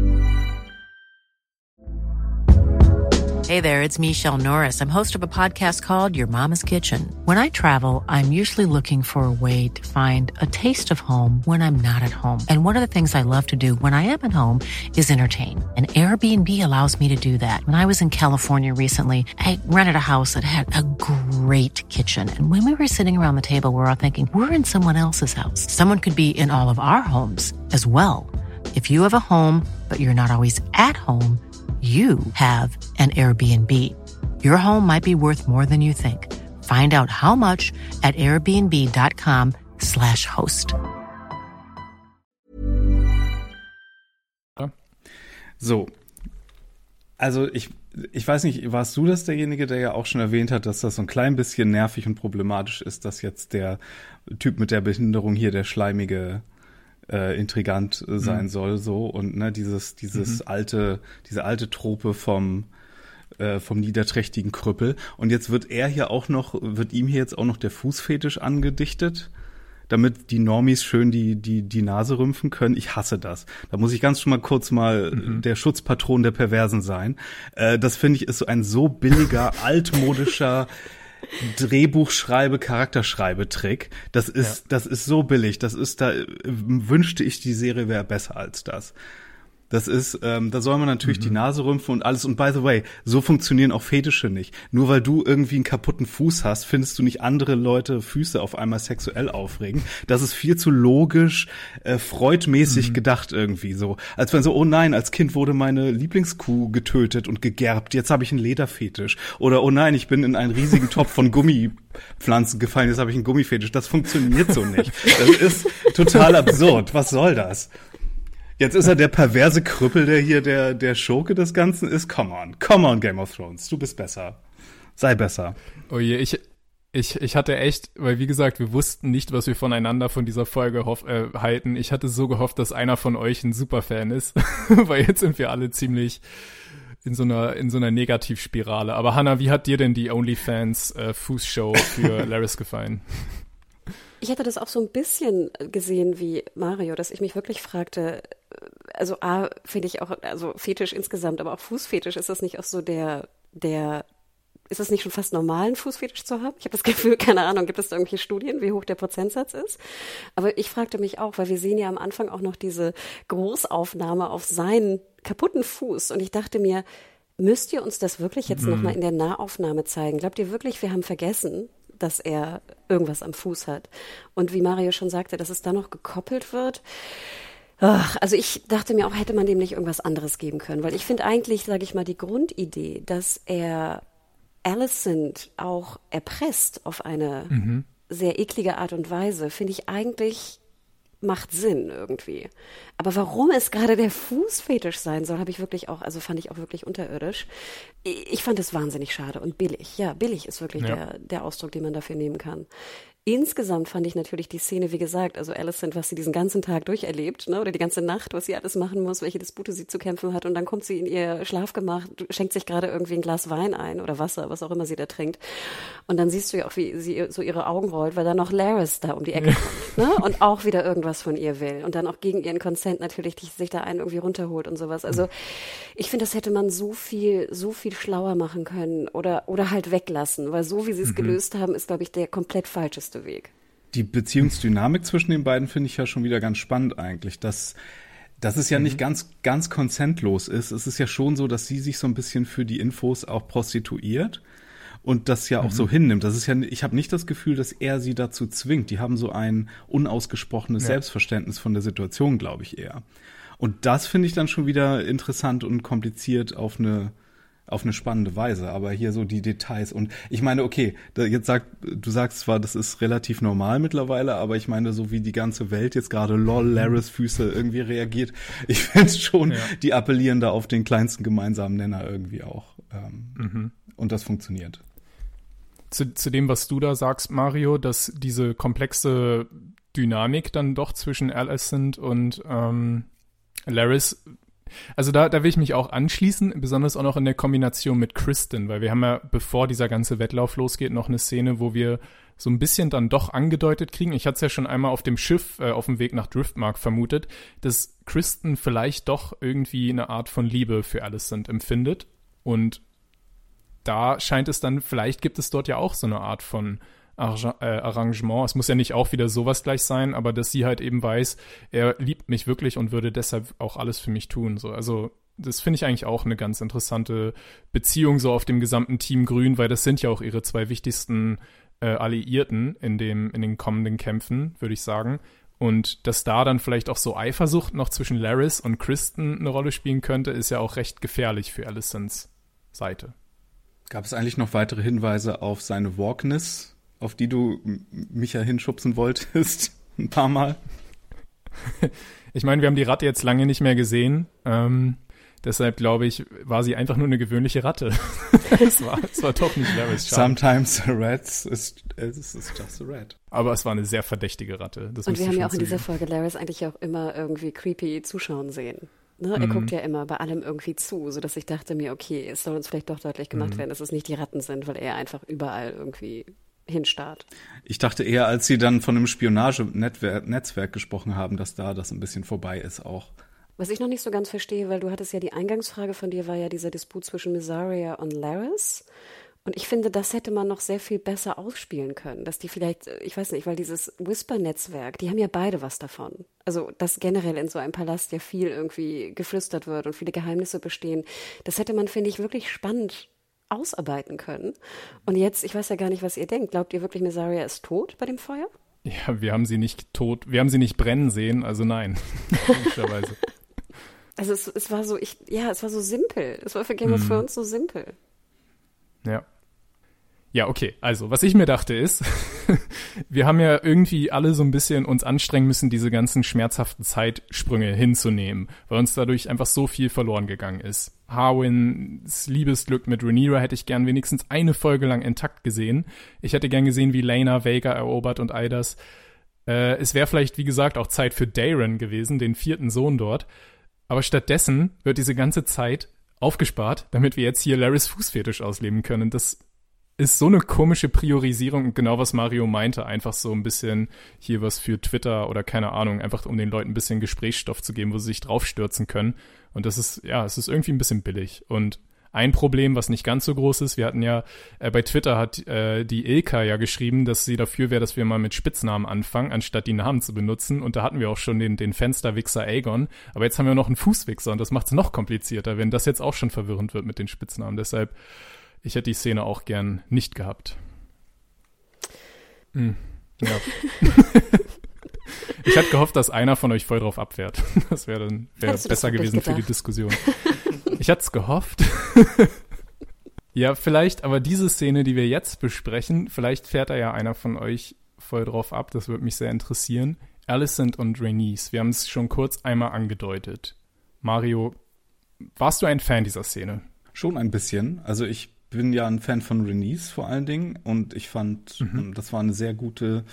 Hey there, it's Michelle Norris. I'm host of a podcast called Your Mama's Kitchen. When I travel, I'm usually looking for a way to find a taste of home when I'm not at home. And one of the things I love to do when I am at home is entertain. And Airbnb allows me to do that. When I was in California recently, I rented a house that had a great kitchen. And when we were sitting around the table, we were all thinking, we're in someone else's house. Someone could be in all of our homes as well. If you have a home, but you're not always at home, you have an Airbnb. Your home might be worth more than you think. Find out how much at airbnb.com/host. So. Also ich weiß nicht, warst du das derjenige, der ja auch schon erwähnt hat, dass das so ein klein bisschen nervig und problematisch ist, dass jetzt der Typ mit der Behinderung hier der schleimige Intrigant sein soll, so, und ne, diese alte Trope vom niederträchtigen Krüppel. Und jetzt wird ihm hier auch noch der Fußfetisch angedichtet, damit die Normies schön die Nase rümpfen können. Ich hasse das. Da muss ich schon mal kurz der Schutzpatron der Perversen sein. Das finde ich ist so ein so billiger, altmodischer Drehbuchschreibe-Charakterschreibe-Trick. Das ist so billig. Wünschte ich, die Serie wäre besser als das. Das ist, da soll man natürlich die Nase rümpfen und alles. Und by the way, so funktionieren auch Fetische nicht. Nur weil du irgendwie einen kaputten Fuß hast, findest du nicht andere Leute Füße auf einmal sexuell aufregend. Das ist viel zu logisch, freudmäßig gedacht irgendwie so. Als wenn so, oh nein, als Kind wurde meine Lieblingskuh getötet und gegerbt. Jetzt habe ich einen Lederfetisch. Oder oh nein, ich bin in einen riesigen Topf von Gummipflanzen gefallen. Jetzt habe ich einen Gummifetisch. Das funktioniert so nicht. Das ist total absurd. Was soll das? Jetzt ist er der perverse Krüppel, der hier der Schurke des Ganzen ist. Come on, Game of Thrones, du bist besser. Sei besser. Oh je, ich hatte echt, weil wie gesagt, wir wussten nicht, was wir voneinander von dieser Folge halten. Ich hatte so gehofft, dass einer von euch ein Superfan ist, weil jetzt sind wir alle ziemlich in so einer Negativspirale. Aber Hannah, wie hat dir denn die OnlyFans Fußshow für Larys gefallen? Ich hatte das auch so ein bisschen gesehen wie Mario, dass ich mich wirklich fragte, also finde ich auch, also Fetisch insgesamt, aber auch Fußfetisch, ist das nicht auch so der ist es nicht schon fast normal, einen Fußfetisch zu haben? Ich habe das Gefühl, keine Ahnung, gibt es da irgendwelche Studien, wie hoch der Prozentsatz ist? Aber ich fragte mich auch, weil wir sehen ja am Anfang auch noch diese Großaufnahme auf seinen kaputten Fuß. Und ich dachte mir, müsst ihr uns das wirklich jetzt nochmal in der Nahaufnahme zeigen? Glaubt ihr wirklich, wir haben vergessen, dass er irgendwas am Fuß hat? Und wie Mario schon sagte, dass es da noch gekoppelt wird? Ach, also ich dachte mir auch, hätte man dem nicht irgendwas anderes geben können? Weil ich finde eigentlich, sage ich mal, die Grundidee, dass er Alicent auch erpresst auf eine sehr eklige Art und Weise, finde ich eigentlich macht Sinn irgendwie. Aber warum es gerade der Fußfetisch sein soll, habe ich wirklich auch, also fand ich auch wirklich unterirdisch. Ich fand es wahnsinnig schade und billig. Ja, billig ist wirklich der Ausdruck, den man dafür nehmen kann. Insgesamt fand ich natürlich die Szene, wie gesagt, also Alicent, was sie diesen ganzen Tag durcherlebt, ne, oder die ganze Nacht, was sie alles machen muss, welche Dispute sie zu kämpfen hat, und dann kommt sie in ihr Schlafgemach, schenkt sich gerade irgendwie ein Glas Wein ein oder Wasser, was auch immer sie da trinkt, und dann siehst du ja auch, wie sie so ihre Augen rollt, weil dann noch Larys da um die Ecke kommt, ne, und auch wieder irgendwas von ihr will und dann auch gegen ihren Consent natürlich sich da einen irgendwie runterholt und sowas. Also ich finde, das hätte man so viel schlauer machen können oder halt weglassen, weil so wie sie es gelöst haben, ist, glaube ich, der komplett falscheste Weg. Die Beziehungsdynamik zwischen den beiden finde ich ja schon wieder ganz spannend eigentlich, dass es ja nicht ganz konsentlos ist. Es ist ja schon so, dass sie sich so ein bisschen für die Infos auch prostituiert und das ja auch so hinnimmt. Das ist ja, ich habe nicht das Gefühl, dass er sie dazu zwingt. Die haben so ein unausgesprochenes Selbstverständnis von der Situation, glaube ich eher. Und das finde ich dann schon wieder interessant und kompliziert auf eine spannende Weise, aber hier so die Details. Und ich meine, okay, du sagst zwar, das ist relativ normal mittlerweile, aber ich meine, so wie die ganze Welt jetzt gerade Larys Füße irgendwie reagiert, ich finde schon, die appellieren da auf den kleinsten gemeinsamen Nenner irgendwie auch. Und das funktioniert. Zu dem, was du da sagst, Mario, dass diese komplexe Dynamik dann doch zwischen Alicent und Larys, also da will ich mich auch anschließen, besonders auch noch in der Kombination mit Kristen, weil wir haben ja, bevor dieser ganze Wettlauf losgeht, noch eine Szene, wo wir so ein bisschen dann doch angedeutet kriegen. Ich hatte es ja schon einmal auf dem Schiff auf dem Weg nach Driftmark vermutet, dass Kristen vielleicht doch irgendwie eine Art von Liebe für Alicent empfindet, und da scheint es dann, vielleicht gibt es dort ja auch so eine Art von Arrangement. Es muss ja nicht auch wieder sowas gleich sein, aber dass sie halt eben weiß, er liebt mich wirklich und würde deshalb auch alles für mich tun. So, also das finde ich eigentlich auch eine ganz interessante Beziehung so auf dem gesamten Team Grün, weil das sind ja auch ihre zwei wichtigsten Alliierten in den kommenden Kämpfen, würde ich sagen. Und dass da dann vielleicht auch so Eifersucht noch zwischen Larys und Kristen eine Rolle spielen könnte, ist ja auch recht gefährlich für Alicents Seite. Gab es eigentlich noch weitere Hinweise auf seine Walkness, auf die du mich ja hinschubsen wolltest, ein paar Mal? Ich meine, wir haben die Ratte jetzt lange nicht mehr gesehen. Deshalb, glaube ich, war sie einfach nur eine gewöhnliche Ratte. Es war doch nicht Larys Charme. Sometimes a rat is just a rat. Aber es war eine sehr verdächtige Ratte. Das und wir haben ja auch in dieser Folge Larys eigentlich auch immer irgendwie creepy zuschauen sehen. Ne? Er guckt ja immer bei allem irgendwie zu, sodass ich dachte mir, okay, es soll uns vielleicht doch deutlich gemacht werden, dass es nicht die Ratten sind, weil er einfach überall irgendwie hinstarrt. Ich dachte eher, als sie dann von einem Spionagenetzwerk gesprochen haben, dass da das ein bisschen vorbei ist auch. Was ich noch nicht so ganz verstehe, weil du hattest ja die Eingangsfrage von dir, war ja dieser Disput zwischen Mysaria und Larys. Und ich finde, das hätte man noch sehr viel besser ausspielen können, dass die vielleicht, ich weiß nicht, weil dieses Whisper-Netzwerk, die haben ja beide was davon. Also, dass generell in so einem Palast ja viel irgendwie geflüstert wird und viele Geheimnisse bestehen. Das hätte man, finde ich, wirklich spannend ausarbeiten können. Und jetzt, ich weiß ja gar nicht, was ihr denkt. Glaubt ihr wirklich, Mysaria ist tot bei dem Feuer? Ja, wir haben sie nicht nicht brennen sehen, also nein. Möglicherweise. Also es war so, es war so simpel. Es war für Game of Thrones so simpel. Ja. Ja, okay. Also, was ich mir dachte ist, wir haben ja irgendwie alle so ein bisschen uns anstrengen müssen, diese ganzen schmerzhaften Zeitsprünge hinzunehmen, weil uns dadurch einfach so viel verloren gegangen ist. Harwyns Liebesglück mit Rhaenyra hätte ich gern wenigstens eine Folge lang intakt gesehen. Ich hätte gern gesehen, wie Laena Vhagar erobert und all das. Es wäre vielleicht, wie gesagt, auch Zeit für Daeron gewesen, den 4. Sohn dort. Aber stattdessen wird diese ganze Zeit aufgespart, damit wir jetzt hier Larys Fußfetisch ausleben können. Das ist so eine komische Priorisierung und genau was Mario meinte, einfach so ein bisschen hier was für Twitter oder keine Ahnung, einfach um den Leuten ein bisschen Gesprächsstoff zu geben, wo sie sich draufstürzen können. Und das ist, ja, es ist irgendwie ein bisschen billig. Und Ein Problem, was nicht ganz so groß ist, wir hatten ja, bei Twitter hat die Ilka ja geschrieben, dass sie dafür wäre, dass wir mal mit Spitznamen anfangen, anstatt die Namen zu benutzen. Und da hatten wir auch schon den Fensterwichser Aegon. Aber jetzt haben wir noch einen Fußwichser und das macht es noch komplizierter, wenn das jetzt auch schon verwirrend wird mit den Spitznamen. Deshalb, ich hätte die Szene auch gern nicht gehabt. Ja. Ich hatte gehofft, dass einer von euch voll drauf abwehrt. Das wäre besser gewesen für die Diskussion. Ich hatte es gehofft. Ja, vielleicht, aber diese Szene, die wir jetzt besprechen, vielleicht fährt da ja einer von euch voll drauf ab. Das würde mich sehr interessieren. Alicent und Rhaenys, wir haben es schon kurz einmal angedeutet. Mario, warst du ein Fan dieser Szene? Schon ein bisschen. Also ich bin ja ein Fan von Rhaenys vor allen Dingen und ich fand, das war eine sehr gute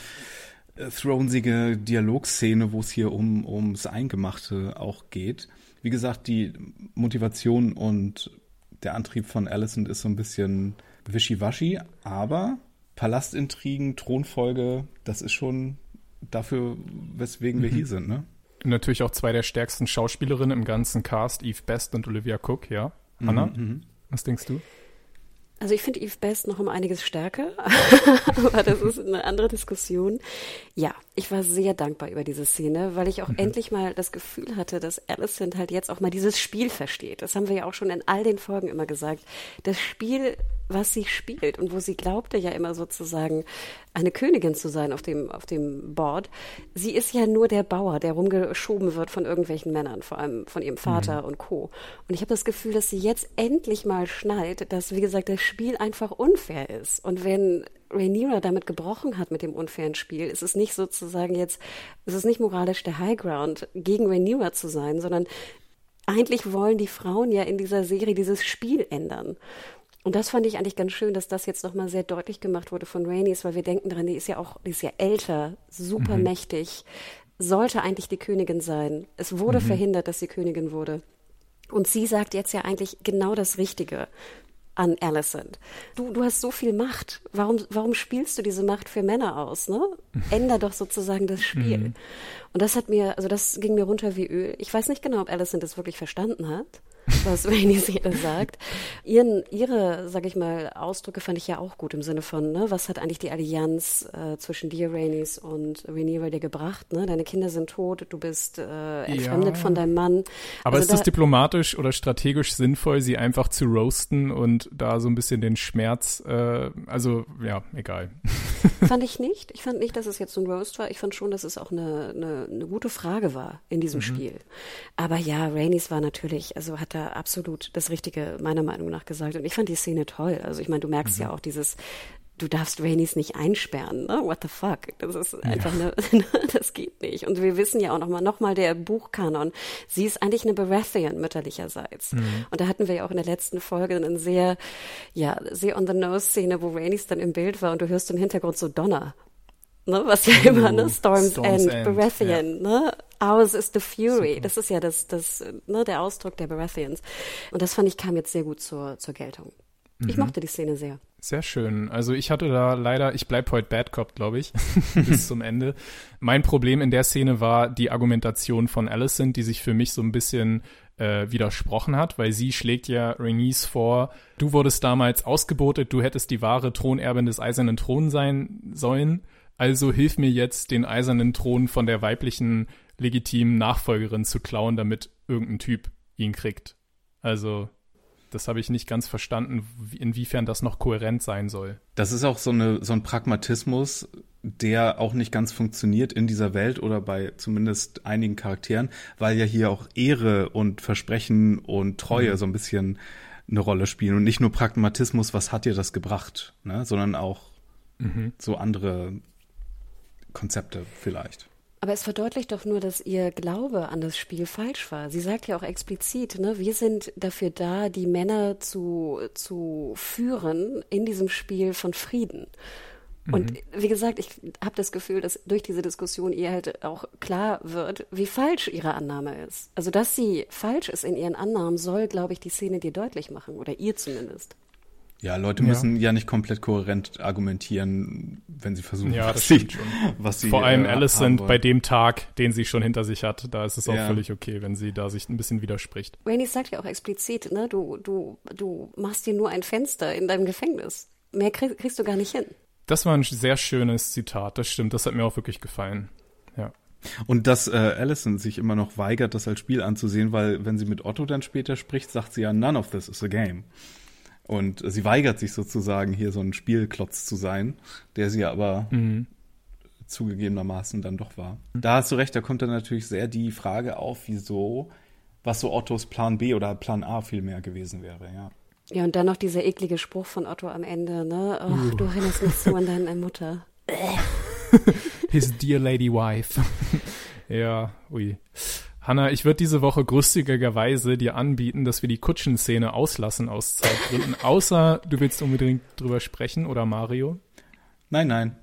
thronesige Dialogszene, wo es hier ums Eingemachte auch geht. Wie gesagt, die Motivation und der Antrieb von Alicent ist so ein bisschen wischiwaschi, aber Palastintrigen, Thronfolge, das ist schon dafür, weswegen wir hier sind, ne? Und natürlich auch zwei der stärksten Schauspielerinnen im ganzen Cast, Eve Best und Olivia Cook, ja. Anna, was denkst du? Also ich finde Eve Best noch um einiges stärker, aber das ist eine andere Diskussion. Ja, ich war sehr dankbar über diese Szene, weil ich auch endlich mal das Gefühl hatte, dass Alicent halt jetzt auch mal dieses Spiel versteht. Das haben wir ja auch schon in all den Folgen immer gesagt. Das Spiel, was sie spielt und wo sie glaubte ja immer sozusagen eine Königin zu sein auf dem Board. Sie ist ja nur der Bauer, der rumgeschoben wird von irgendwelchen Männern, vor allem von ihrem Vater und Co. Und ich habe das Gefühl, dass sie jetzt endlich mal schnallt, dass, wie gesagt, das Spiel einfach unfair ist. Und wenn Rhaenyra damit gebrochen hat mit dem unfairen Spiel, ist es nicht sozusagen jetzt, ist es nicht moralisch der High Ground, gegen Rhaenyra zu sein, sondern eigentlich wollen die Frauen ja in dieser Serie dieses Spiel ändern. Und das fand ich eigentlich ganz schön, dass das jetzt nochmal sehr deutlich gemacht wurde von Rhaenys, weil wir denken dran, die ist ja älter, super mächtig, sollte eigentlich die Königin sein. Es wurde verhindert, dass sie Königin wurde. Und sie sagt jetzt ja eigentlich genau das Richtige an Alicent. Du hast so viel Macht. Warum spielst du diese Macht für Männer aus, ne? Änder doch sozusagen das Spiel. Und das ging mir runter wie Öl. Ich weiß nicht genau, ob Alicent das wirklich verstanden hat, was Rhaenys hier sagt. Ihre, sag ich mal, Ausdrücke fand ich ja auch gut im Sinne von, ne, was hat eigentlich die Allianz zwischen dir, Rhaenys, und Rhaenyra dir gebracht, ne? Deine Kinder sind tot, du bist entfremdet von deinem Mann. Aber also ist das diplomatisch oder strategisch sinnvoll, sie einfach zu roasten und da so ein bisschen den Schmerz, ja, egal. Fand ich nicht. Ich fand nicht, dass es jetzt so ein Roast war. Ich fand schon, dass es auch eine gute Frage war in diesem Spiel. Aber ja, Rhaenys war natürlich, also hat da absolut das Richtige meiner Meinung nach gesagt. Und ich fand die Szene toll. Also ich meine, du merkst ja auch du darfst Rhaenys nicht einsperren, ne? What the fuck? Das ist einfach das geht nicht. Und wir wissen ja auch nochmal der Buchkanon. Sie ist eigentlich eine Baratheon mütterlicherseits. Und da hatten wir ja auch in der letzten Folge eine sehr on-the-nose-Szene, wo Rhaenys dann im Bild war und du hörst im Hintergrund so Donner. Ne? Was ja immer, ne? Storm's End, Baratheon, ne? Ours is the Fury. Super. Das ist ja der Ausdruck der Baratheons. Und das fand ich, kam jetzt sehr gut zur Geltung. Ich mochte die Szene sehr. Sehr schön. Also ich hatte da leider, ich bleib heute Bad Cop, glaube ich, bis zum Ende. Mein Problem in der Szene war die Argumentation von Alicent, die sich für mich so ein bisschen widersprochen hat, weil sie schlägt ja Rhaenys vor, du wurdest damals ausgebotet, du hättest die wahre Thronerbin des Eisernen Throns sein sollen, also hilf mir jetzt, den Eisernen Thron von der weiblichen legitimen Nachfolgerin zu klauen, damit irgendein Typ ihn kriegt. Also das habe ich nicht ganz verstanden, inwiefern das noch kohärent sein soll. Das ist auch so ein Pragmatismus, der auch nicht ganz funktioniert in dieser Welt oder bei zumindest einigen Charakteren, weil ja hier auch Ehre und Versprechen und Treue so ein bisschen eine Rolle spielen und nicht nur Pragmatismus, was hat dir das gebracht, ne, sondern auch so andere Konzepte vielleicht. Aber es verdeutlicht doch nur, dass ihr Glaube an das Spiel falsch war. Sie sagt ja auch explizit, ne, wir sind dafür da, die Männer zu führen in diesem Spiel von Frieden. Und wie gesagt, ich habe das Gefühl, dass durch diese Diskussion ihr halt auch klar wird, wie falsch ihre Annahme ist. Also, dass sie falsch ist in ihren Annahmen, soll, glaube ich, die Szene dir deutlich machen. Oder ihr zumindest. Ja, Leute müssen ja nicht komplett kohärent argumentieren, wenn sie versuchen, was sie vor allem Alicent bei dem Tag, den sie schon hinter sich hat, da ist es auch völlig okay, wenn sie da sich ein bisschen widerspricht. Rainey sagt ja auch explizit, ne, du machst dir nur ein Fenster in deinem Gefängnis. Mehr kriegst du gar nicht hin. Das war ein sehr schönes Zitat, das stimmt, das hat mir auch wirklich gefallen. Ja. Und dass Alicent sich immer noch weigert, das als Spiel anzusehen, weil wenn sie mit Otto dann später spricht, sagt sie ja, none of this is a game. Und sie weigert sich sozusagen, hier so ein Spielklotz zu sein, der sie aber zugegebenermaßen dann doch war. Da hast du recht, da kommt dann natürlich sehr die Frage auf, was so Ottos Plan B oder Plan A vielmehr gewesen wäre, ja. Ja, und dann noch dieser eklige Spruch von Otto am Ende, ne? Oh, du erinnerst mich so an deine Mutter. His dear lady wife. Ja, ui. Hannah, ich würde diese Woche großzügigerweise dir anbieten, dass wir die Kutschenszene auslassen aus Zeitgründen, außer du willst unbedingt drüber sprechen, oder Mario? Nein.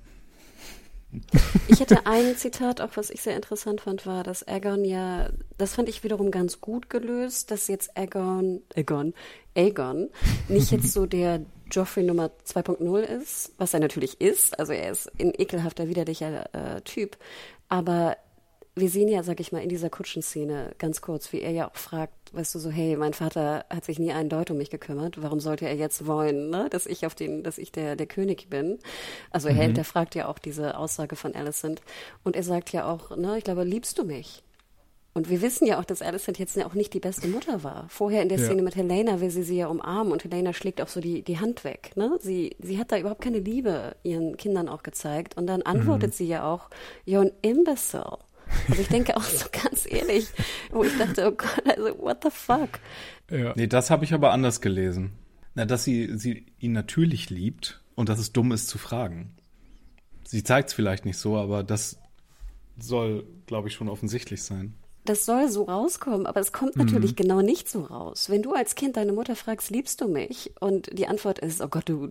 Ich hätte ein Zitat, auch was ich sehr interessant fand, war, dass Aegon das fand ich wiederum ganz gut gelöst, dass jetzt Aegon nicht jetzt so der Joffrey Nummer 2.0 ist, was er natürlich ist, also er ist ein ekelhafter, widerlicher Typ, aber wir sehen ja, sag ich mal, in dieser Kutschenszene ganz kurz, wie er ja auch fragt, weißt du, so, hey, mein Vater hat sich nie einen Deut um mich gekümmert, warum sollte er jetzt wollen, ne, dass ich der König bin? Also der fragt ja auch diese Aussage von Alicent und er sagt ja auch, ne, ich glaube, liebst du mich? Und wir wissen ja auch, dass Alicent jetzt ja auch nicht die beste Mutter war. Vorher in der Szene mit Helaena will sie ja umarmen und Helaena schlägt auch so die Hand weg, ne? Sie hat da überhaupt keine Liebe ihren Kindern auch gezeigt und dann antwortet sie ja auch, you're an imbecile. Also ich denke auch so ganz ehrlich, wo ich dachte, oh Gott, also what the fuck? Ja. Nee, das habe ich aber anders gelesen. Na, dass sie ihn natürlich liebt und dass es dumm ist zu fragen. Sie zeigt es vielleicht nicht so, aber das soll, glaube ich, schon offensichtlich sein. Das soll so rauskommen, aber es kommt natürlich genau nicht so raus. Wenn du als Kind deine Mutter fragst, liebst du mich? Und die Antwort ist, oh Gott, du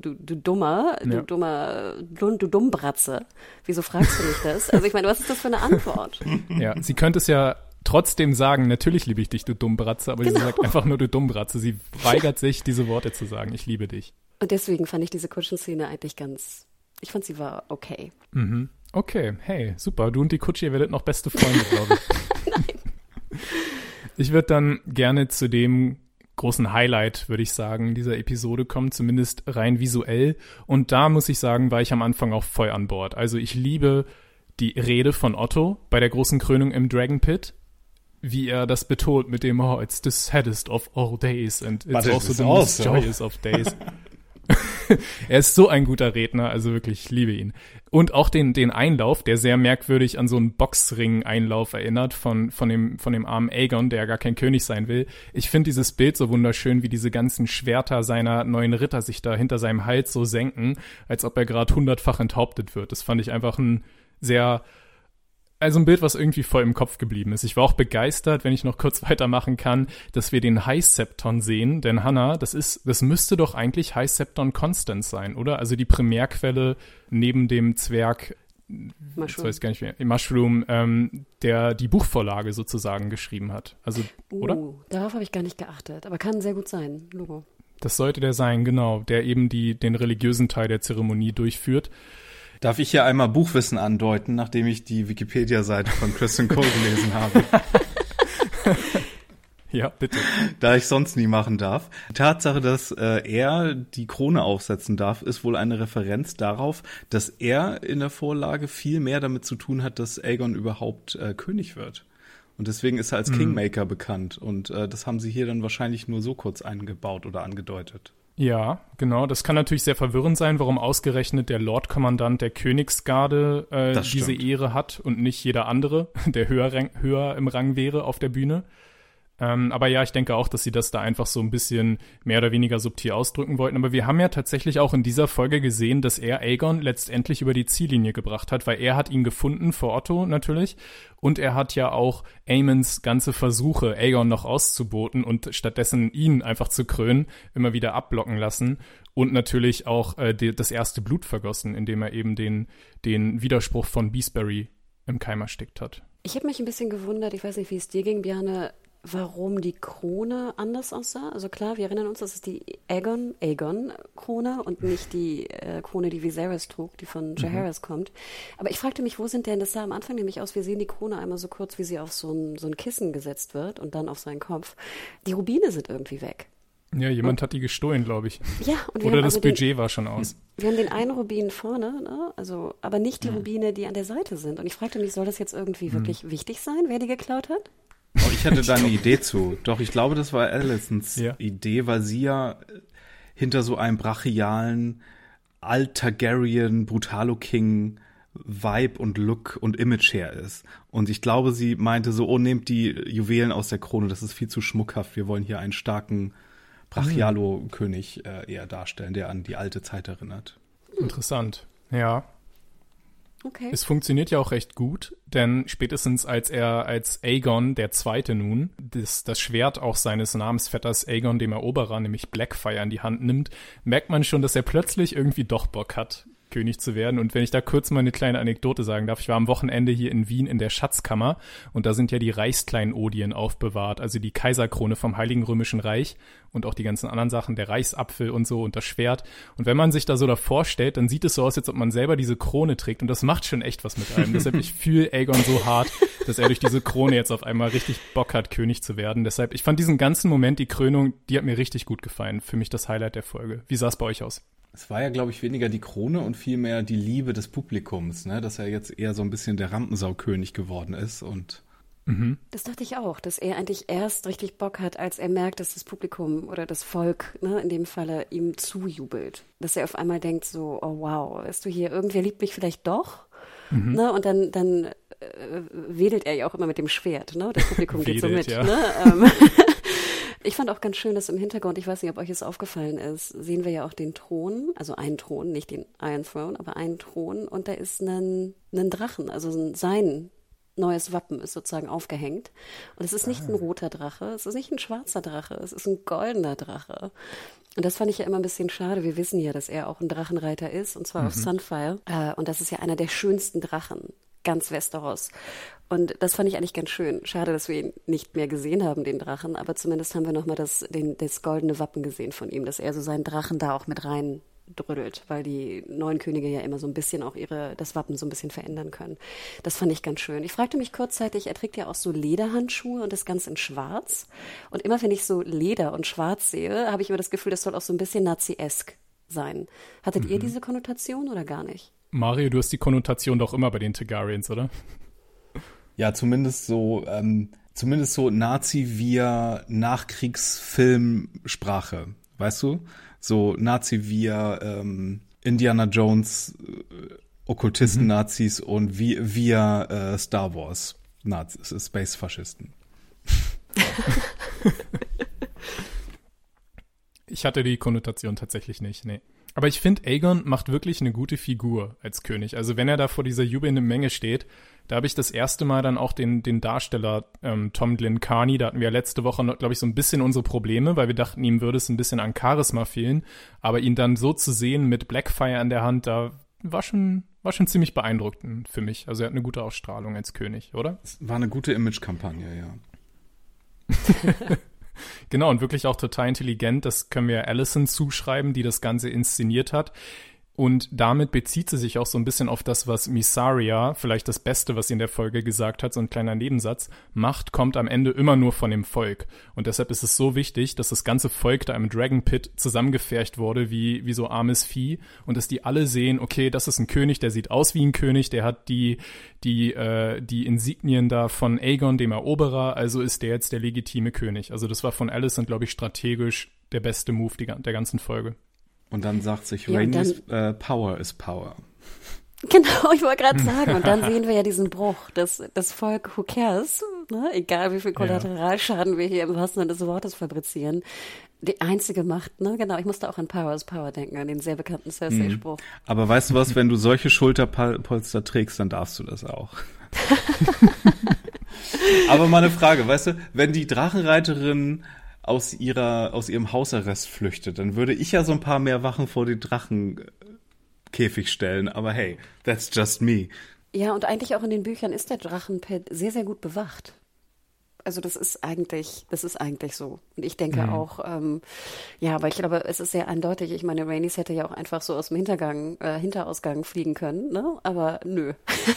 Dummbratze. Wieso fragst du mich das? Also ich meine, was ist das für eine Antwort? Ja, sie könnte es ja trotzdem sagen, natürlich liebe ich dich, du Dummbratze, aber sie sagt einfach nur, du Dummbratze. Sie weigert sich, diese Worte zu sagen, ich liebe dich. Und deswegen fand ich diese Kutschenszene eigentlich ich fand, sie war okay. Mhm. Okay, hey, super. Du und die Kutsche, ihr werdet noch beste Freunde, glaube ich. Nein. Ich würde dann gerne zu dem großen Highlight, würde ich sagen, dieser Episode kommen, zumindest rein visuell. Und da muss ich sagen, war ich am Anfang auch voll an Bord. Also ich liebe die Rede von Otto bei der großen Krönung im Dragon Pit, wie er das betont mit dem, oh, it's the saddest of all days and it's also the most joyous of days. Er ist so ein guter Redner, also wirklich, ich liebe ihn. Und auch den Einlauf, der sehr merkwürdig an so einen Boxring-Einlauf erinnert von dem armen Aegon, der gar kein König sein will. Ich finde dieses Bild so wunderschön, wie diese ganzen Schwerter seiner neuen Ritter sich da hinter seinem Hals so senken, als ob er gerade 100-fach enthauptet wird. Das fand ich einfach ein Bild, was irgendwie voll im Kopf geblieben ist. Ich war auch begeistert, wenn ich noch kurz weitermachen kann, dass wir den High Septon sehen, denn Hannah, das müsste doch eigentlich High Septon Constance sein, oder? Also die Primärquelle neben dem Zwerg, Mushroom. weiß gar nicht mehr, Mushroom, der die Buchvorlage sozusagen geschrieben hat. Also, oder? Darauf habe ich gar nicht geachtet, aber kann sehr gut sein, Logo. Das sollte der sein, genau, der eben den religiösen Teil der Zeremonie durchführt. Darf ich hier einmal Buchwissen andeuten, nachdem ich die Wikipedia-Seite von Criston Cole gelesen habe? Ja, bitte. Da ich sonst nie machen darf. Die Tatsache, dass er die Krone aufsetzen darf, ist wohl eine Referenz darauf, dass er in der Vorlage viel mehr damit zu tun hat, dass Aegon überhaupt König wird. Und deswegen ist er als Kingmaker bekannt. Und das haben sie hier dann wahrscheinlich nur so kurz eingebaut oder angedeutet. Ja, genau. Das kann natürlich sehr verwirrend sein, warum ausgerechnet der Lordkommandant der Königsgarde diese Ehre hat und nicht jeder andere, der höher im Rang wäre auf der Bühne. Aber ja, ich denke auch, dass sie das da einfach so ein bisschen mehr oder weniger subtil ausdrücken wollten. Aber wir haben ja tatsächlich auch in dieser Folge gesehen, dass er Aegon letztendlich über die Ziellinie gebracht hat, weil er hat ihn gefunden, vor Otto natürlich. Und er hat ja auch Aemons ganze Versuche, Aegon noch auszuboten und stattdessen ihn einfach zu krönen, immer wieder abblocken lassen. Und natürlich auch das erste Blut vergossen, indem er eben den Widerspruch von Beesbury im Keim erstickt hat. Ich habe mich ein bisschen gewundert, ich weiß nicht, wie es dir ging, Bjarne, warum die Krone anders aussah. Also klar, wir erinnern uns, das ist die Aegon-Krone und nicht die Krone, die Viserys trug, die von Jaehaerys kommt. Aber ich fragte mich, wo sind denn, das sah am Anfang nämlich aus, wir sehen die Krone einmal so kurz, wie sie auf so ein Kissen gesetzt wird und dann auf seinen Kopf. Die Rubine sind irgendwie weg. Ja, jemand hat die gestohlen, glaube ich. Ja, und wir Oder haben das also Budget war schon aus. Wir haben den einen Rubin vorne, ne? Also, aber nicht die Rubine, die an der Seite sind. Und ich fragte mich, soll das jetzt irgendwie wirklich wichtig sein, wer die geklaut hat? Oh, ich hatte da eine Idee zu. Doch, ich glaube, das war Alicents Idee, weil sie ja hinter so einem brachialen Alt-Targaryen, Brutalo-King-Vibe und Look und Image her ist. Und ich glaube, sie meinte so, oh, nehmt die Juwelen aus der Krone, das ist viel zu schmuckhaft. Wir wollen hier einen starken Brachialo-König eher darstellen, der an die alte Zeit erinnert. Interessant, ja. Okay. Es funktioniert ja auch recht gut, denn spätestens als er als Aegon der Zweite nun das Schwert auch seines Namensvetters Aegon dem Eroberer, nämlich Blackfyre, in die Hand nimmt, merkt man schon, dass er plötzlich irgendwie doch Bock hat, König zu werden. Und wenn ich da kurz mal eine kleine Anekdote sagen darf, ich war am Wochenende hier in Wien in der Schatzkammer und da sind ja die Reichskleinodien aufbewahrt, also die Kaiserkrone vom Heiligen Römischen Reich und auch die ganzen anderen Sachen, der Reichsapfel und so und das Schwert. Und wenn man sich da so davor stellt, dann sieht es so aus, als ob man selber diese Krone trägt und das macht schon echt was mit einem. Deshalb, ich fühle Aegon so hart, dass er durch diese Krone jetzt auf einmal richtig Bock hat, König zu werden. Deshalb, ich fand diesen ganzen Moment, die Krönung, die hat mir richtig gut gefallen. Für mich das Highlight der Folge. Wie sah es bei euch aus? Es war ja, glaube ich, weniger die Krone und vielmehr die Liebe des Publikums, ne? Dass er jetzt eher so ein bisschen der Rampensaukönig geworden ist und Das dachte ich auch, dass er eigentlich erst richtig Bock hat, als er merkt, dass das Publikum oder das Volk, ne, in dem Falle ihm zujubelt. Dass er auf einmal denkt so, oh wow, weißt du hier, irgendwer liebt mich vielleicht doch. Ne, und dann wedelt er ja auch immer mit dem Schwert. Ne? Das Publikum geht so mit. Ja. Ne? Ich fand auch ganz schön, dass im Hintergrund, ich weiß nicht, ob euch es aufgefallen ist, sehen wir ja auch den Thron, also einen Thron, nicht den Iron Throne, aber einen Thron und da ist ein Drachen, also sein neues Wappen ist sozusagen aufgehängt. Und es ist nicht ein roter Drache, es ist nicht ein schwarzer Drache, es ist ein goldener Drache. Und das fand ich ja immer ein bisschen schade. Wir wissen ja, dass er auch ein Drachenreiter ist, und zwar auf Sunfire. Und das ist ja einer der schönsten Drachen, ganz Westeros. Und das fand ich eigentlich ganz schön. Schade, dass wir ihn nicht mehr gesehen haben, den Drachen, aber zumindest haben wir nochmal das goldene Wappen gesehen von ihm, dass er so seinen Drachen da auch mit rein drüttelt, weil die neuen Könige ja immer so ein bisschen auch das Wappen so ein bisschen verändern können. Das fand ich ganz schön. Ich fragte mich kurzzeitig, er trägt ja auch so Lederhandschuhe und das Ganze in schwarz. Und immer wenn ich so Leder und schwarz sehe, habe ich immer das Gefühl, das soll auch so ein bisschen Nazi-esk sein. Hattet ihr diese Konnotation oder gar nicht? Mario, du hast die Konnotation doch immer bei den Targaryens, oder? ja, zumindest so Nazi via Nachkriegsfilmsprache, weißt du? So Nazi via Indiana Jones, Okkultisten-Nazis und via Star Wars Nazis, Space-Faschisten. Ich hatte die Konnotation tatsächlich nicht, nee. Aber ich finde, Aegon macht wirklich eine gute Figur als König. Also wenn er da vor dieser jubelnden Menge steht, da habe ich das erste Mal dann auch den Darsteller Tom Glencarny, da hatten wir letzte Woche, glaube ich, so ein bisschen unsere Probleme, weil wir dachten, ihm würde es ein bisschen an Charisma fehlen. Aber ihn dann so zu sehen mit Blackfyre in der Hand, da war schon ziemlich beeindruckend für mich. Also er hat eine gute Ausstrahlung als König, oder? War eine gute Image-Kampagne, ja. Genau, und wirklich auch total intelligent. Das können wir Alicent zuschreiben, die das Ganze inszeniert hat. Und damit bezieht sie sich auch so ein bisschen auf das, was Mysaria, vielleicht das Beste, was sie in der Folge gesagt hat, so ein kleiner Nebensatz, Macht kommt am Ende immer nur von dem Volk. Und deshalb ist es so wichtig, dass das ganze Volk da im Dragon Pit zusammengefercht wurde, wie so armes Vieh. Und dass die alle sehen, okay, das ist ein König, der sieht aus wie ein König, der hat die Insignien da von Aegon, dem Eroberer, also ist der jetzt der legitime König. Also das war von Alicent, glaube ich, strategisch der beste Move der ganzen Folge. Und dann sagt sich Rhaenys, Power is Power. Genau, ich wollte gerade sagen. Und dann sehen wir ja diesen Bruch. Das Volk, who cares? Ne? Egal, wie viel Kollateralschaden wir hier im wahrsten Sinne des Wortes fabrizieren. Die einzige Macht, ne? Genau, ich musste auch an Power is Power denken, an den sehr bekannten Cersei-Spruch. Aber weißt du was, wenn du solche Schulterpolster trägst, dann darfst du das auch. Aber mal eine Frage, weißt du, wenn die Drachenreiterin aus ihrem Hausarrest flüchtet, dann würde ich ja so ein paar mehr Wachen vor den Drachenkäfig stellen, aber hey, that's just me. Ja, und eigentlich auch in den Büchern ist der Drachenpit sehr, sehr gut bewacht. Also das ist eigentlich so. Und ich denke auch, aber ich glaube, es ist sehr eindeutig. Ich meine, Rhaenys hätte ja auch einfach so aus dem Hinterausgang fliegen können, ne? Aber nö.